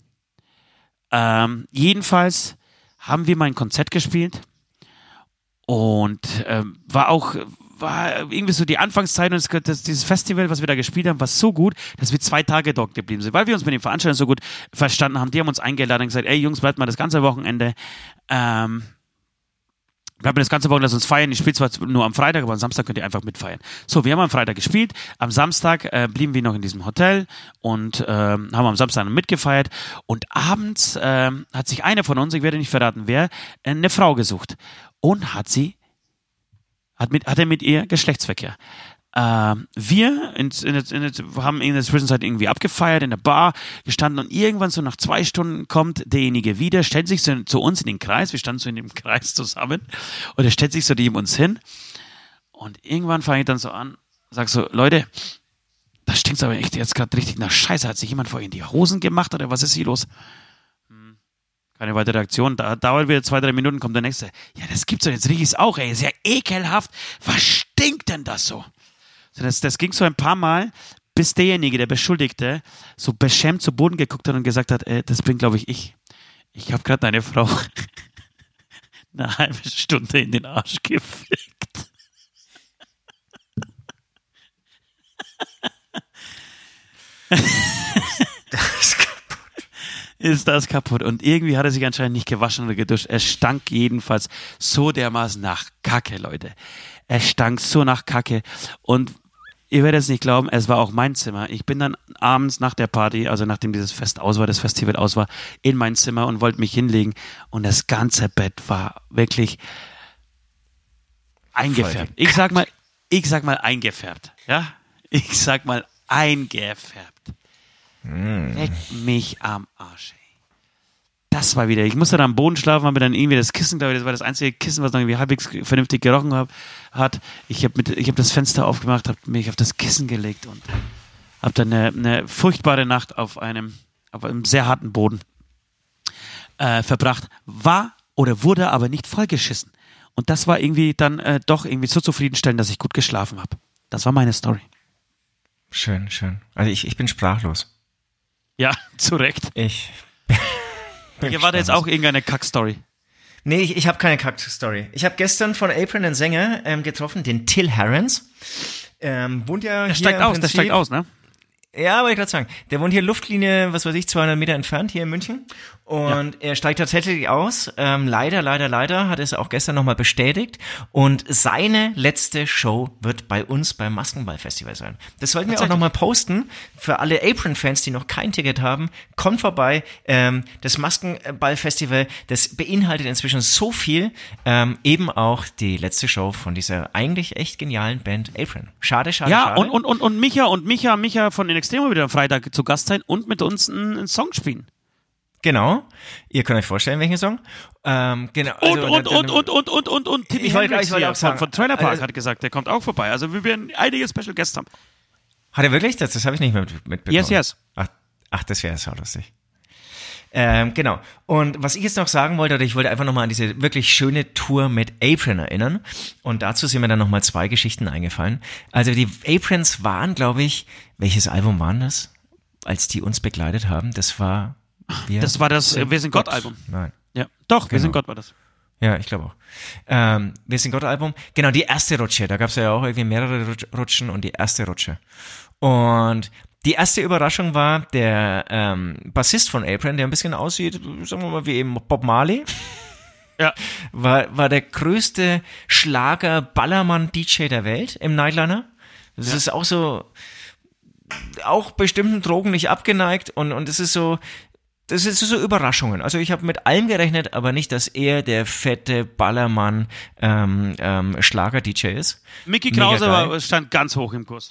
Jedenfalls haben wir mal ein Konzert gespielt und war irgendwie so die Anfangszeit und dieses Festival, was wir da gespielt haben, war so gut, dass wir 2 Tage dort geblieben sind, weil wir uns mit den Veranstaltern so gut verstanden haben. Die haben uns eingeladen und gesagt, ey Jungs, bleibt mal das ganze Wochenende, bleibt mal das ganze Wochenende, lass uns feiern. Ich spiele zwar nur am Freitag, aber am Samstag könnt ihr einfach mitfeiern. So, wir haben am Freitag gespielt, am Samstag blieben wir noch in diesem Hotel und haben am Samstag mitgefeiert und abends hat sich einer von uns, ich werde nicht verraten wer, eine Frau gesucht und hat er mit ihr Geschlechtsverkehr. Wir haben in der Zwischenzeit irgendwie abgefeiert, in der Bar gestanden und irgendwann so nach 2 Stunden kommt derjenige wieder, stellt sich so zu uns in den Kreis, wir standen so in dem Kreis zusammen und er stellt sich so neben uns hin und irgendwann fange ich dann so an, sag so, Leute, das stinkt aber echt jetzt gerade richtig nach Scheiße, hat sich jemand vor Ihnen die Hosen gemacht oder was ist hier los? Keine weitere Reaktion. Da dauert wieder 2-3 Minuten, kommt der nächste. Ja, das gibt's doch, jetzt riech ich's auch, ey. Ist ja ekelhaft. Was stinkt denn das so? Das ging so ein paar Mal, bis derjenige, der Beschuldigte, so beschämt zu Boden geguckt hat und gesagt hat, das bin, glaube ich. Ich habe gerade eine Frau eine halbe Stunde in den Arsch gefickt. Ist das kaputt. Und irgendwie hat er sich anscheinend nicht gewaschen oder geduscht. Er stank jedenfalls so dermaßen nach Kacke, Leute. Er stank so nach Kacke. Und ihr werdet es nicht glauben, es war auch mein Zimmer. Ich bin dann abends nach der Party, also nachdem dieses Fest aus war, das Festival aus war, in mein Zimmer und wollte mich hinlegen. Und das ganze Bett war wirklich eingefärbt. Ich sag mal eingefärbt. Ja? Ich sag mal eingefärbt. Leck mich am Arsch, ey. Das war wieder, ich musste da am Boden schlafen, habe dann irgendwie das Kissen, glaube ich, das war das einzige Kissen, was noch irgendwie halbwegs vernünftig gerochen hat. Ich hab das Fenster aufgemacht, habe mich auf das Kissen gelegt und habe dann eine furchtbare Nacht auf einem sehr harten Boden verbracht. Wurde aber nicht vollgeschissen. Und das war irgendwie dann doch irgendwie so zufriedenstellend, dass ich gut geschlafen habe. Das war meine Story. Schön, schön. Also ich bin sprachlos. Ja, zu Recht. Ich erwarte jetzt auch irgendeine Kack-Story. Nee, ich habe keine Kack-Story. Ich habe gestern von April einen Sänger getroffen, den Till Herrens. Wohnt ja der hier steigt aus, ne? Ja, wollte ich gerade sagen. Der wohnt hier Luftlinie, 200 Meter entfernt, hier in München. Und er steigt tatsächlich aus. Leider hat er es auch gestern nochmal bestätigt. Und seine letzte Show wird bei uns beim Maskenball-Festival sein. Das sollten wir auch nochmal posten. Für alle Apron-Fans, die noch kein Ticket haben, kommt vorbei. Das Maskenball-Festival, das beinhaltet inzwischen so viel. Eben auch die letzte Show von dieser eigentlich echt genialen Band Apron. Schade. Ja, und Micha von den Extremo wieder am Freitag zu Gast sein und mit uns einen Song spielen. Genau. Ihr könnt euch vorstellen, welchen Song. Genau. Also und Timmy Hendrix auch sagen, von Trailer Park hat gesagt, der kommt auch vorbei. Also wir werden einige Special Guests haben. Hat er wirklich? Das habe ich nicht mehr mitbekommen. Yes. Ach, das wäre so lustig. Genau. Und was ich jetzt noch sagen wollte, oder ich wollte einfach nochmal an diese wirklich schöne Tour mit Apron erinnern. Und dazu sind mir dann nochmal 2 Geschichten eingefallen. Also die Aprons waren, glaube ich, welches Album waren das? Als die uns begleitet haben, das war Wir sind Gott Album. Nein. Ja, doch, genau. Wir sind Gott war das. Ja, ich glaube auch. Wir sind Gott Album. Genau, die erste Rutsche. Da gab es ja auch irgendwie mehrere Rutschen und die erste Rutsche. Und die erste Überraschung war der Bassist von Apron, der ein bisschen aussieht, sagen wir mal, wie eben Bob Marley. Ja. War der größte Schlager-Ballermann-DJ der Welt im Nightliner. Das ist auch so, auch bestimmten Drogen nicht abgeneigt und es ist so, das ist so Überraschungen. Also ich habe mit allem gerechnet, aber nicht, dass er der fette Ballermann Schlager-DJ ist. Mickey Krause stand ganz hoch im Kurs.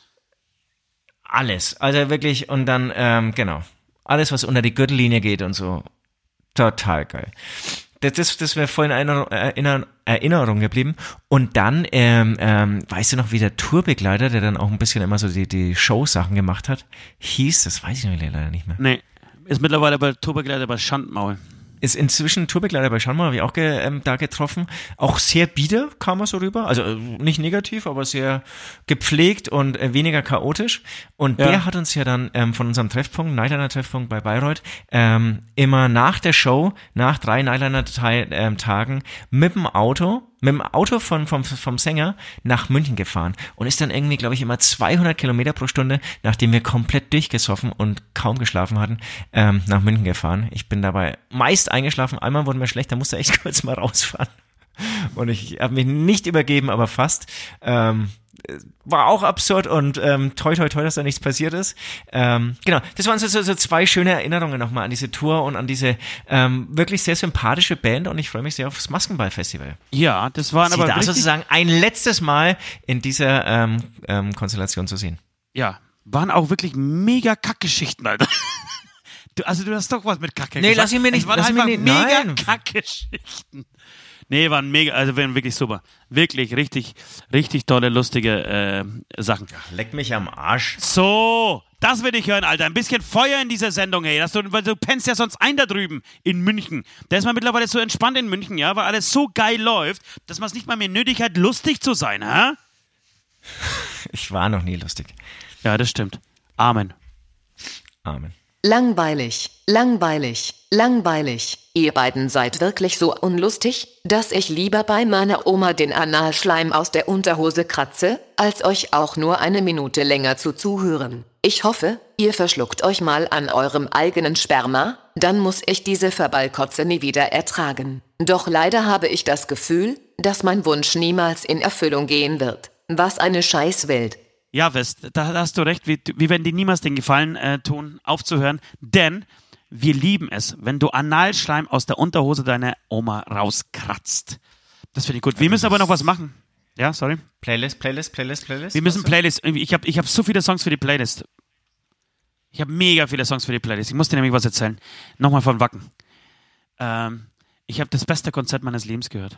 Alles. Also wirklich, und dann, genau. Alles, was unter die Gürtellinie geht und so. Total geil. Das wäre voll in Erinnerung geblieben. Und dann, weißt du noch, wie der Tourbegleiter, der dann auch ein bisschen immer so die Show-Sachen gemacht hat, hieß, das weiß ich leider nicht mehr. Nee, ist mittlerweile bei Tourbegleiter bei Schandmaul. Ist inzwischen Tourbegleiter bei Schandmaul, habe ich auch da getroffen. Auch sehr bieder kam er so rüber. Also nicht negativ, aber sehr gepflegt und weniger chaotisch. Und der hat uns ja dann von unserem Treffpunkt, Nightliner-Treffpunkt bei Bayreuth, immer nach der Show, nach 3 Nightliner-Tagen mit dem Auto vom Sänger nach München gefahren und ist dann irgendwie, glaube ich, immer 200 Kilometer pro Stunde, nachdem wir komplett durchgesoffen und kaum geschlafen hatten, nach München gefahren. Ich bin dabei meist eingeschlafen. Einmal wurde mir schlecht, da musste ich echt kurz mal rausfahren. Und ich habe mich nicht übergeben, aber fast. War auch absurd und toi, dass da nichts passiert ist. Genau, das waren so 2 schöne Erinnerungen nochmal an diese Tour und an diese wirklich sehr sympathische Band und ich freue mich sehr aufs Maskenball-Festival. Ja, das waren aber da sozusagen ein letztes Mal in dieser Konstellation zu sehen. Ja, waren auch wirklich mega Kackgeschichten, Alter. Du hast doch was mit Kacke gesagt. Nee, lass ihn mir nicht. Es waren einfach mega Kackgeschichten. Nee, waren wirklich super. Wirklich richtig tolle, lustige Sachen. Ach, leck mich am Arsch. So, das will ich hören, Alter. Ein bisschen Feuer in dieser Sendung, hey. Weil du pennst ja sonst ein da drüben in München. Da ist man mittlerweile so entspannt in München, ja, weil alles so geil läuft, dass man es nicht mal mehr nötig hat, lustig zu sein, hä? Ich war noch nie lustig. Ja, das stimmt. Amen. Langweilig. Ihr beiden seid wirklich so unlustig, dass ich lieber bei meiner Oma den Analschleim aus der Unterhose kratze, als euch auch nur eine Minute länger zuzuhören. Ich hoffe, ihr verschluckt euch mal an eurem eigenen Sperma, dann muss ich diese Verballkotze nie wieder ertragen. Doch leider habe ich das Gefühl, dass mein Wunsch niemals in Erfüllung gehen wird. Was eine Scheißwelt. Ja, West, da hast du recht. Wir werden dir niemals den Gefallen tun, aufzuhören, denn wir lieben es, wenn du Analschleim aus der Unterhose deiner Oma rauskratzt. Das finde ich gut. Wir müssen aber noch was machen. Ja, sorry. Playlist. Wir müssen Playlist. Ich hab so viele Songs für die Playlist. Ich habe mega viele Songs für die Playlist. Ich muss dir nämlich was erzählen. Nochmal von Wacken. Ich habe das beste Konzert meines Lebens gehört.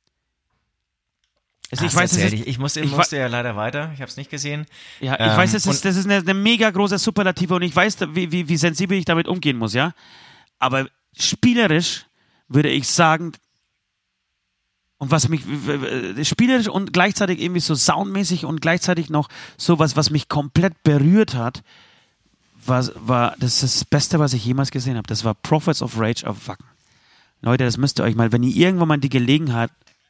Also ich musste ja leider weiter, ich habe es nicht gesehen. Ja, ich weiß, das ist eine mega große Superlative und ich weiß, wie sensibel ich damit umgehen muss, ja. Aber spielerisch würde ich sagen, und was mich spielerisch und gleichzeitig irgendwie so soundmäßig und gleichzeitig noch sowas, was mich komplett berührt hat, das ist das Beste, was ich jemals gesehen habe. Das war Prophets of Rage auf Wacken. Leute, das müsst ihr euch mal, wenn ihr irgendwann mal die Gelegenheit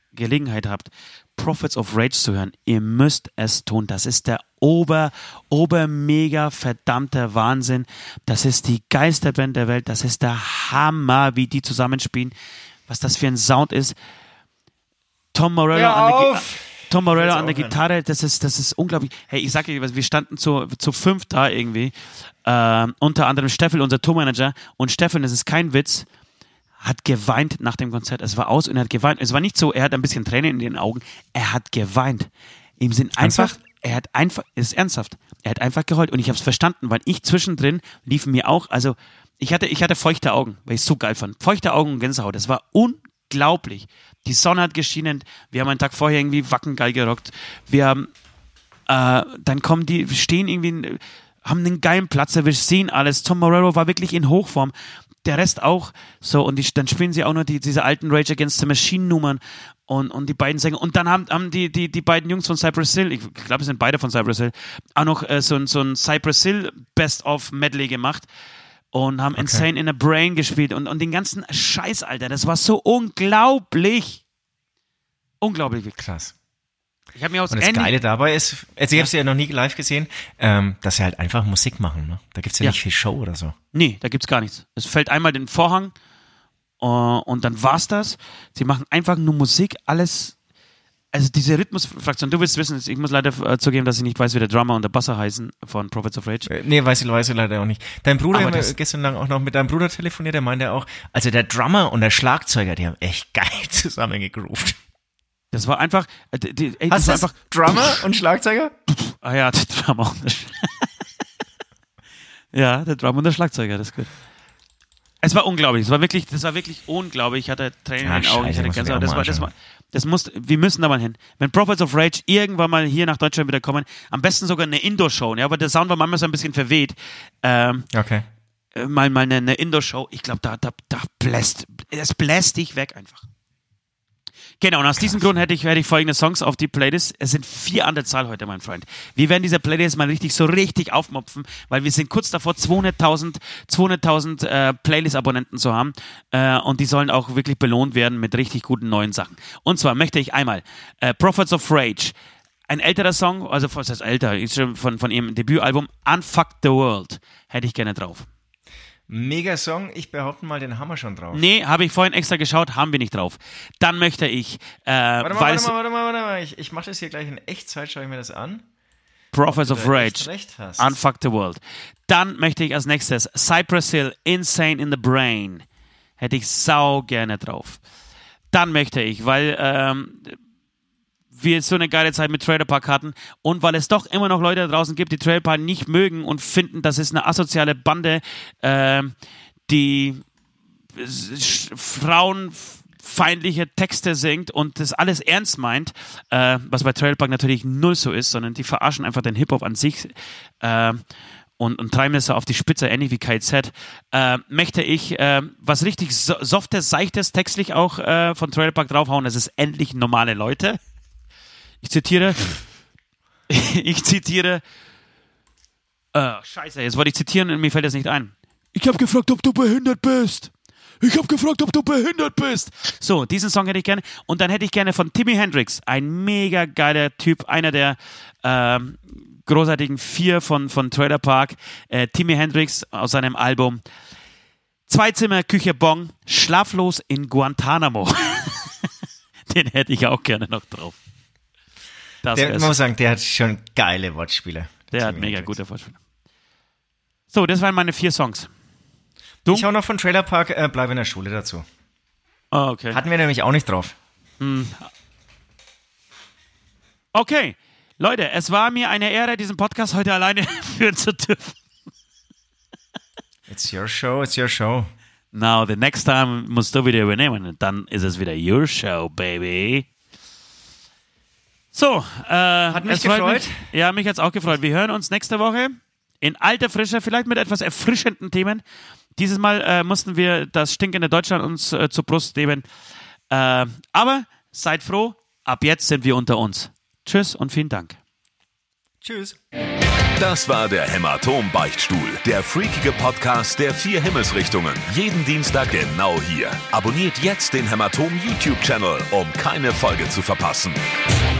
Gelegenheit habt, Prophets of Rage zu hören, ihr müsst es tun. Das ist der mega verdammter Wahnsinn. Das ist die geilste Band der Welt. Das ist der Hammer, wie die zusammenspielen. Was das für ein Sound ist. Tom Morello an der Gitarre, das ist unglaublich. Hey, ich sag dir, wir standen zu 5 da irgendwie. Unter anderem Steffel, unser Tourmanager. Und Steffel, das ist kein Witz, hat geweint nach dem Konzert. Es war aus und er hat geweint. Es war nicht so, er hat ein bisschen Tränen in den Augen. Er hat geweint. Ihm sind einfach, es ist ernsthaft. Er hat einfach geheult und ich habe es verstanden, weil ich zwischendrin liefen mir auch, also ich hatte feuchte Augen, weil ich es so geil fand. Feuchte Augen und Gänsehaut. Das war unglaublich. Die Sonne hat geschienen. Wir haben einen Tag vorher irgendwie wackengeil gerockt. Wir haben, dann kommen die, stehen irgendwie, haben einen geilen Platz erwischt, sehen alles. Tom Morello war wirklich in Hochform. Der Rest auch. So, und dann spielen sie auch noch diese alten Rage Against the Machine Nummern und die beiden Sänger. Und dann haben die beiden Jungs von Cypress Hill, ich glaube, es sind beide von Cypress Hill, auch noch so ein Cypress Hill Best-of Medley gemacht und haben Insane in a Brain gespielt und den ganzen Scheiß, Alter. Das war so unglaublich. Unglaublich. Krass. Ich habe mir aus und das Geile dabei ist, also ich habe sie ja noch nie live gesehen, dass sie halt einfach Musik machen. Ne? Da gibt's ja nicht viel Show oder so. Nee, da gibt's gar nichts. Es fällt einmal den Vorhang und dann war's das. Sie machen einfach nur Musik, alles. Also diese Rhythmusfraktion, du willst wissen, ich muss leider zugeben, dass ich nicht weiß, wie der Drummer und der Basser heißen von Prophets of Rage. Nee, weiß ich leider auch nicht. Dein Bruder, ich habe gestern lang auch noch mit deinem Bruder telefoniert, der meinte auch, also der Drummer und der Schlagzeuger, die haben echt geil zusammengegroovt. Das war einfach. Hast du einfach Drummer und Schlagzeuger? Ah ja, der Drummer und ja, der Drummer und der Schlagzeuger, das ist gut. Es war unglaublich, das war wirklich unglaublich. Ich hatte Tränen in den Augen, ich hatte Gänsehaut. Wir müssen da mal hin. Wenn Prophets of Rage irgendwann mal hier nach Deutschland wieder kommen, am besten sogar eine Indoor-Show, ja, aber der Sound war manchmal so ein bisschen verweht. Okay. Mal eine Indoor-Show, ich glaube, es bläst dich weg einfach. Genau, und aus diesem Grund hätte ich folgende Songs auf die Playlist. Es sind 4 an der Zahl heute, mein Freund. Wir werden diese Playlist mal richtig aufmopfen, weil wir sind kurz davor, 200.000 Playlist-Abonnenten zu haben. Und die sollen auch wirklich belohnt werden mit richtig guten neuen Sachen. Und zwar möchte ich einmal Prophets of Rage, ein älterer Song, also was heißt älter, von ihrem Debütalbum Unfuck the World, hätte ich gerne drauf. Mega Song, ich behaupte mal, den haben wir schon drauf. Nee, habe ich vorhin extra geschaut, haben wir nicht drauf. Dann möchte ich... Warte mal. Ich mache das hier gleich in Echtzeit, schaue ich mir das an. Prophets of Rage, Unfuck the World. Dann möchte ich als nächstes Cypress Hill, Insane in the Brain. Hätte ich sau gerne drauf. Dann möchte ich, weil wir so eine geile Zeit mit Trailer Park hatten und weil es doch immer noch Leute da draußen gibt, die Trailer Park nicht mögen und finden, das ist eine asoziale Bande, die frauenfeindliche Texte singt und das alles ernst meint, was bei Trailer Park natürlich null so ist, sondern die verarschen einfach den Hip-Hop an sich und treiben es so auf die Spitze, ähnlich wie KZ, möchte ich was richtig Softes, Seichtes, textlich auch von Trailer Park draufhauen, das ist endlich normale Leute. Ich zitiere, scheiße, jetzt wollte ich zitieren und mir fällt das nicht ein. Ich habe gefragt, ob du behindert bist. So, diesen Song hätte ich gerne. Und dann hätte ich gerne von Timmy Hendrix, ein mega geiler Typ, einer der großartigen 4 von Trailer Park. Timmy Hendrix aus seinem Album 2 Zimmer, Küche, Bong, Schlaflos in Guantanamo. Den hätte ich auch gerne noch drauf. Man muss sagen, der hat schon geile Wortspiele. Der hat mega gute Wortspiele. So, das waren meine 4 Songs. Du? Ich hau noch von Trailer Park Bleib in der Schule dazu. Oh, okay. Hatten wir nämlich auch nicht drauf. Okay, Leute, es war mir eine Ehre, diesen Podcast heute alleine führen zu dürfen. It's your show. Now, the next time musst du wieder übernehmen und dann ist es wieder your show, baby. So, hat mich gefreut. Mich hat's auch gefreut. Wir hören uns nächste Woche in alter Frische, vielleicht mit etwas erfrischenden Themen. Dieses Mal mussten wir das stinkende Deutschland uns zur Brust nehmen. Aber seid froh, ab jetzt sind wir unter uns. Tschüss und vielen Dank. Tschüss. Das war der Hämatom-Beichtstuhl, der freakige Podcast der 4 Himmelsrichtungen. Jeden Dienstag genau hier. Abonniert jetzt den Hämatom-YouTube-Channel, um keine Folge zu verpassen.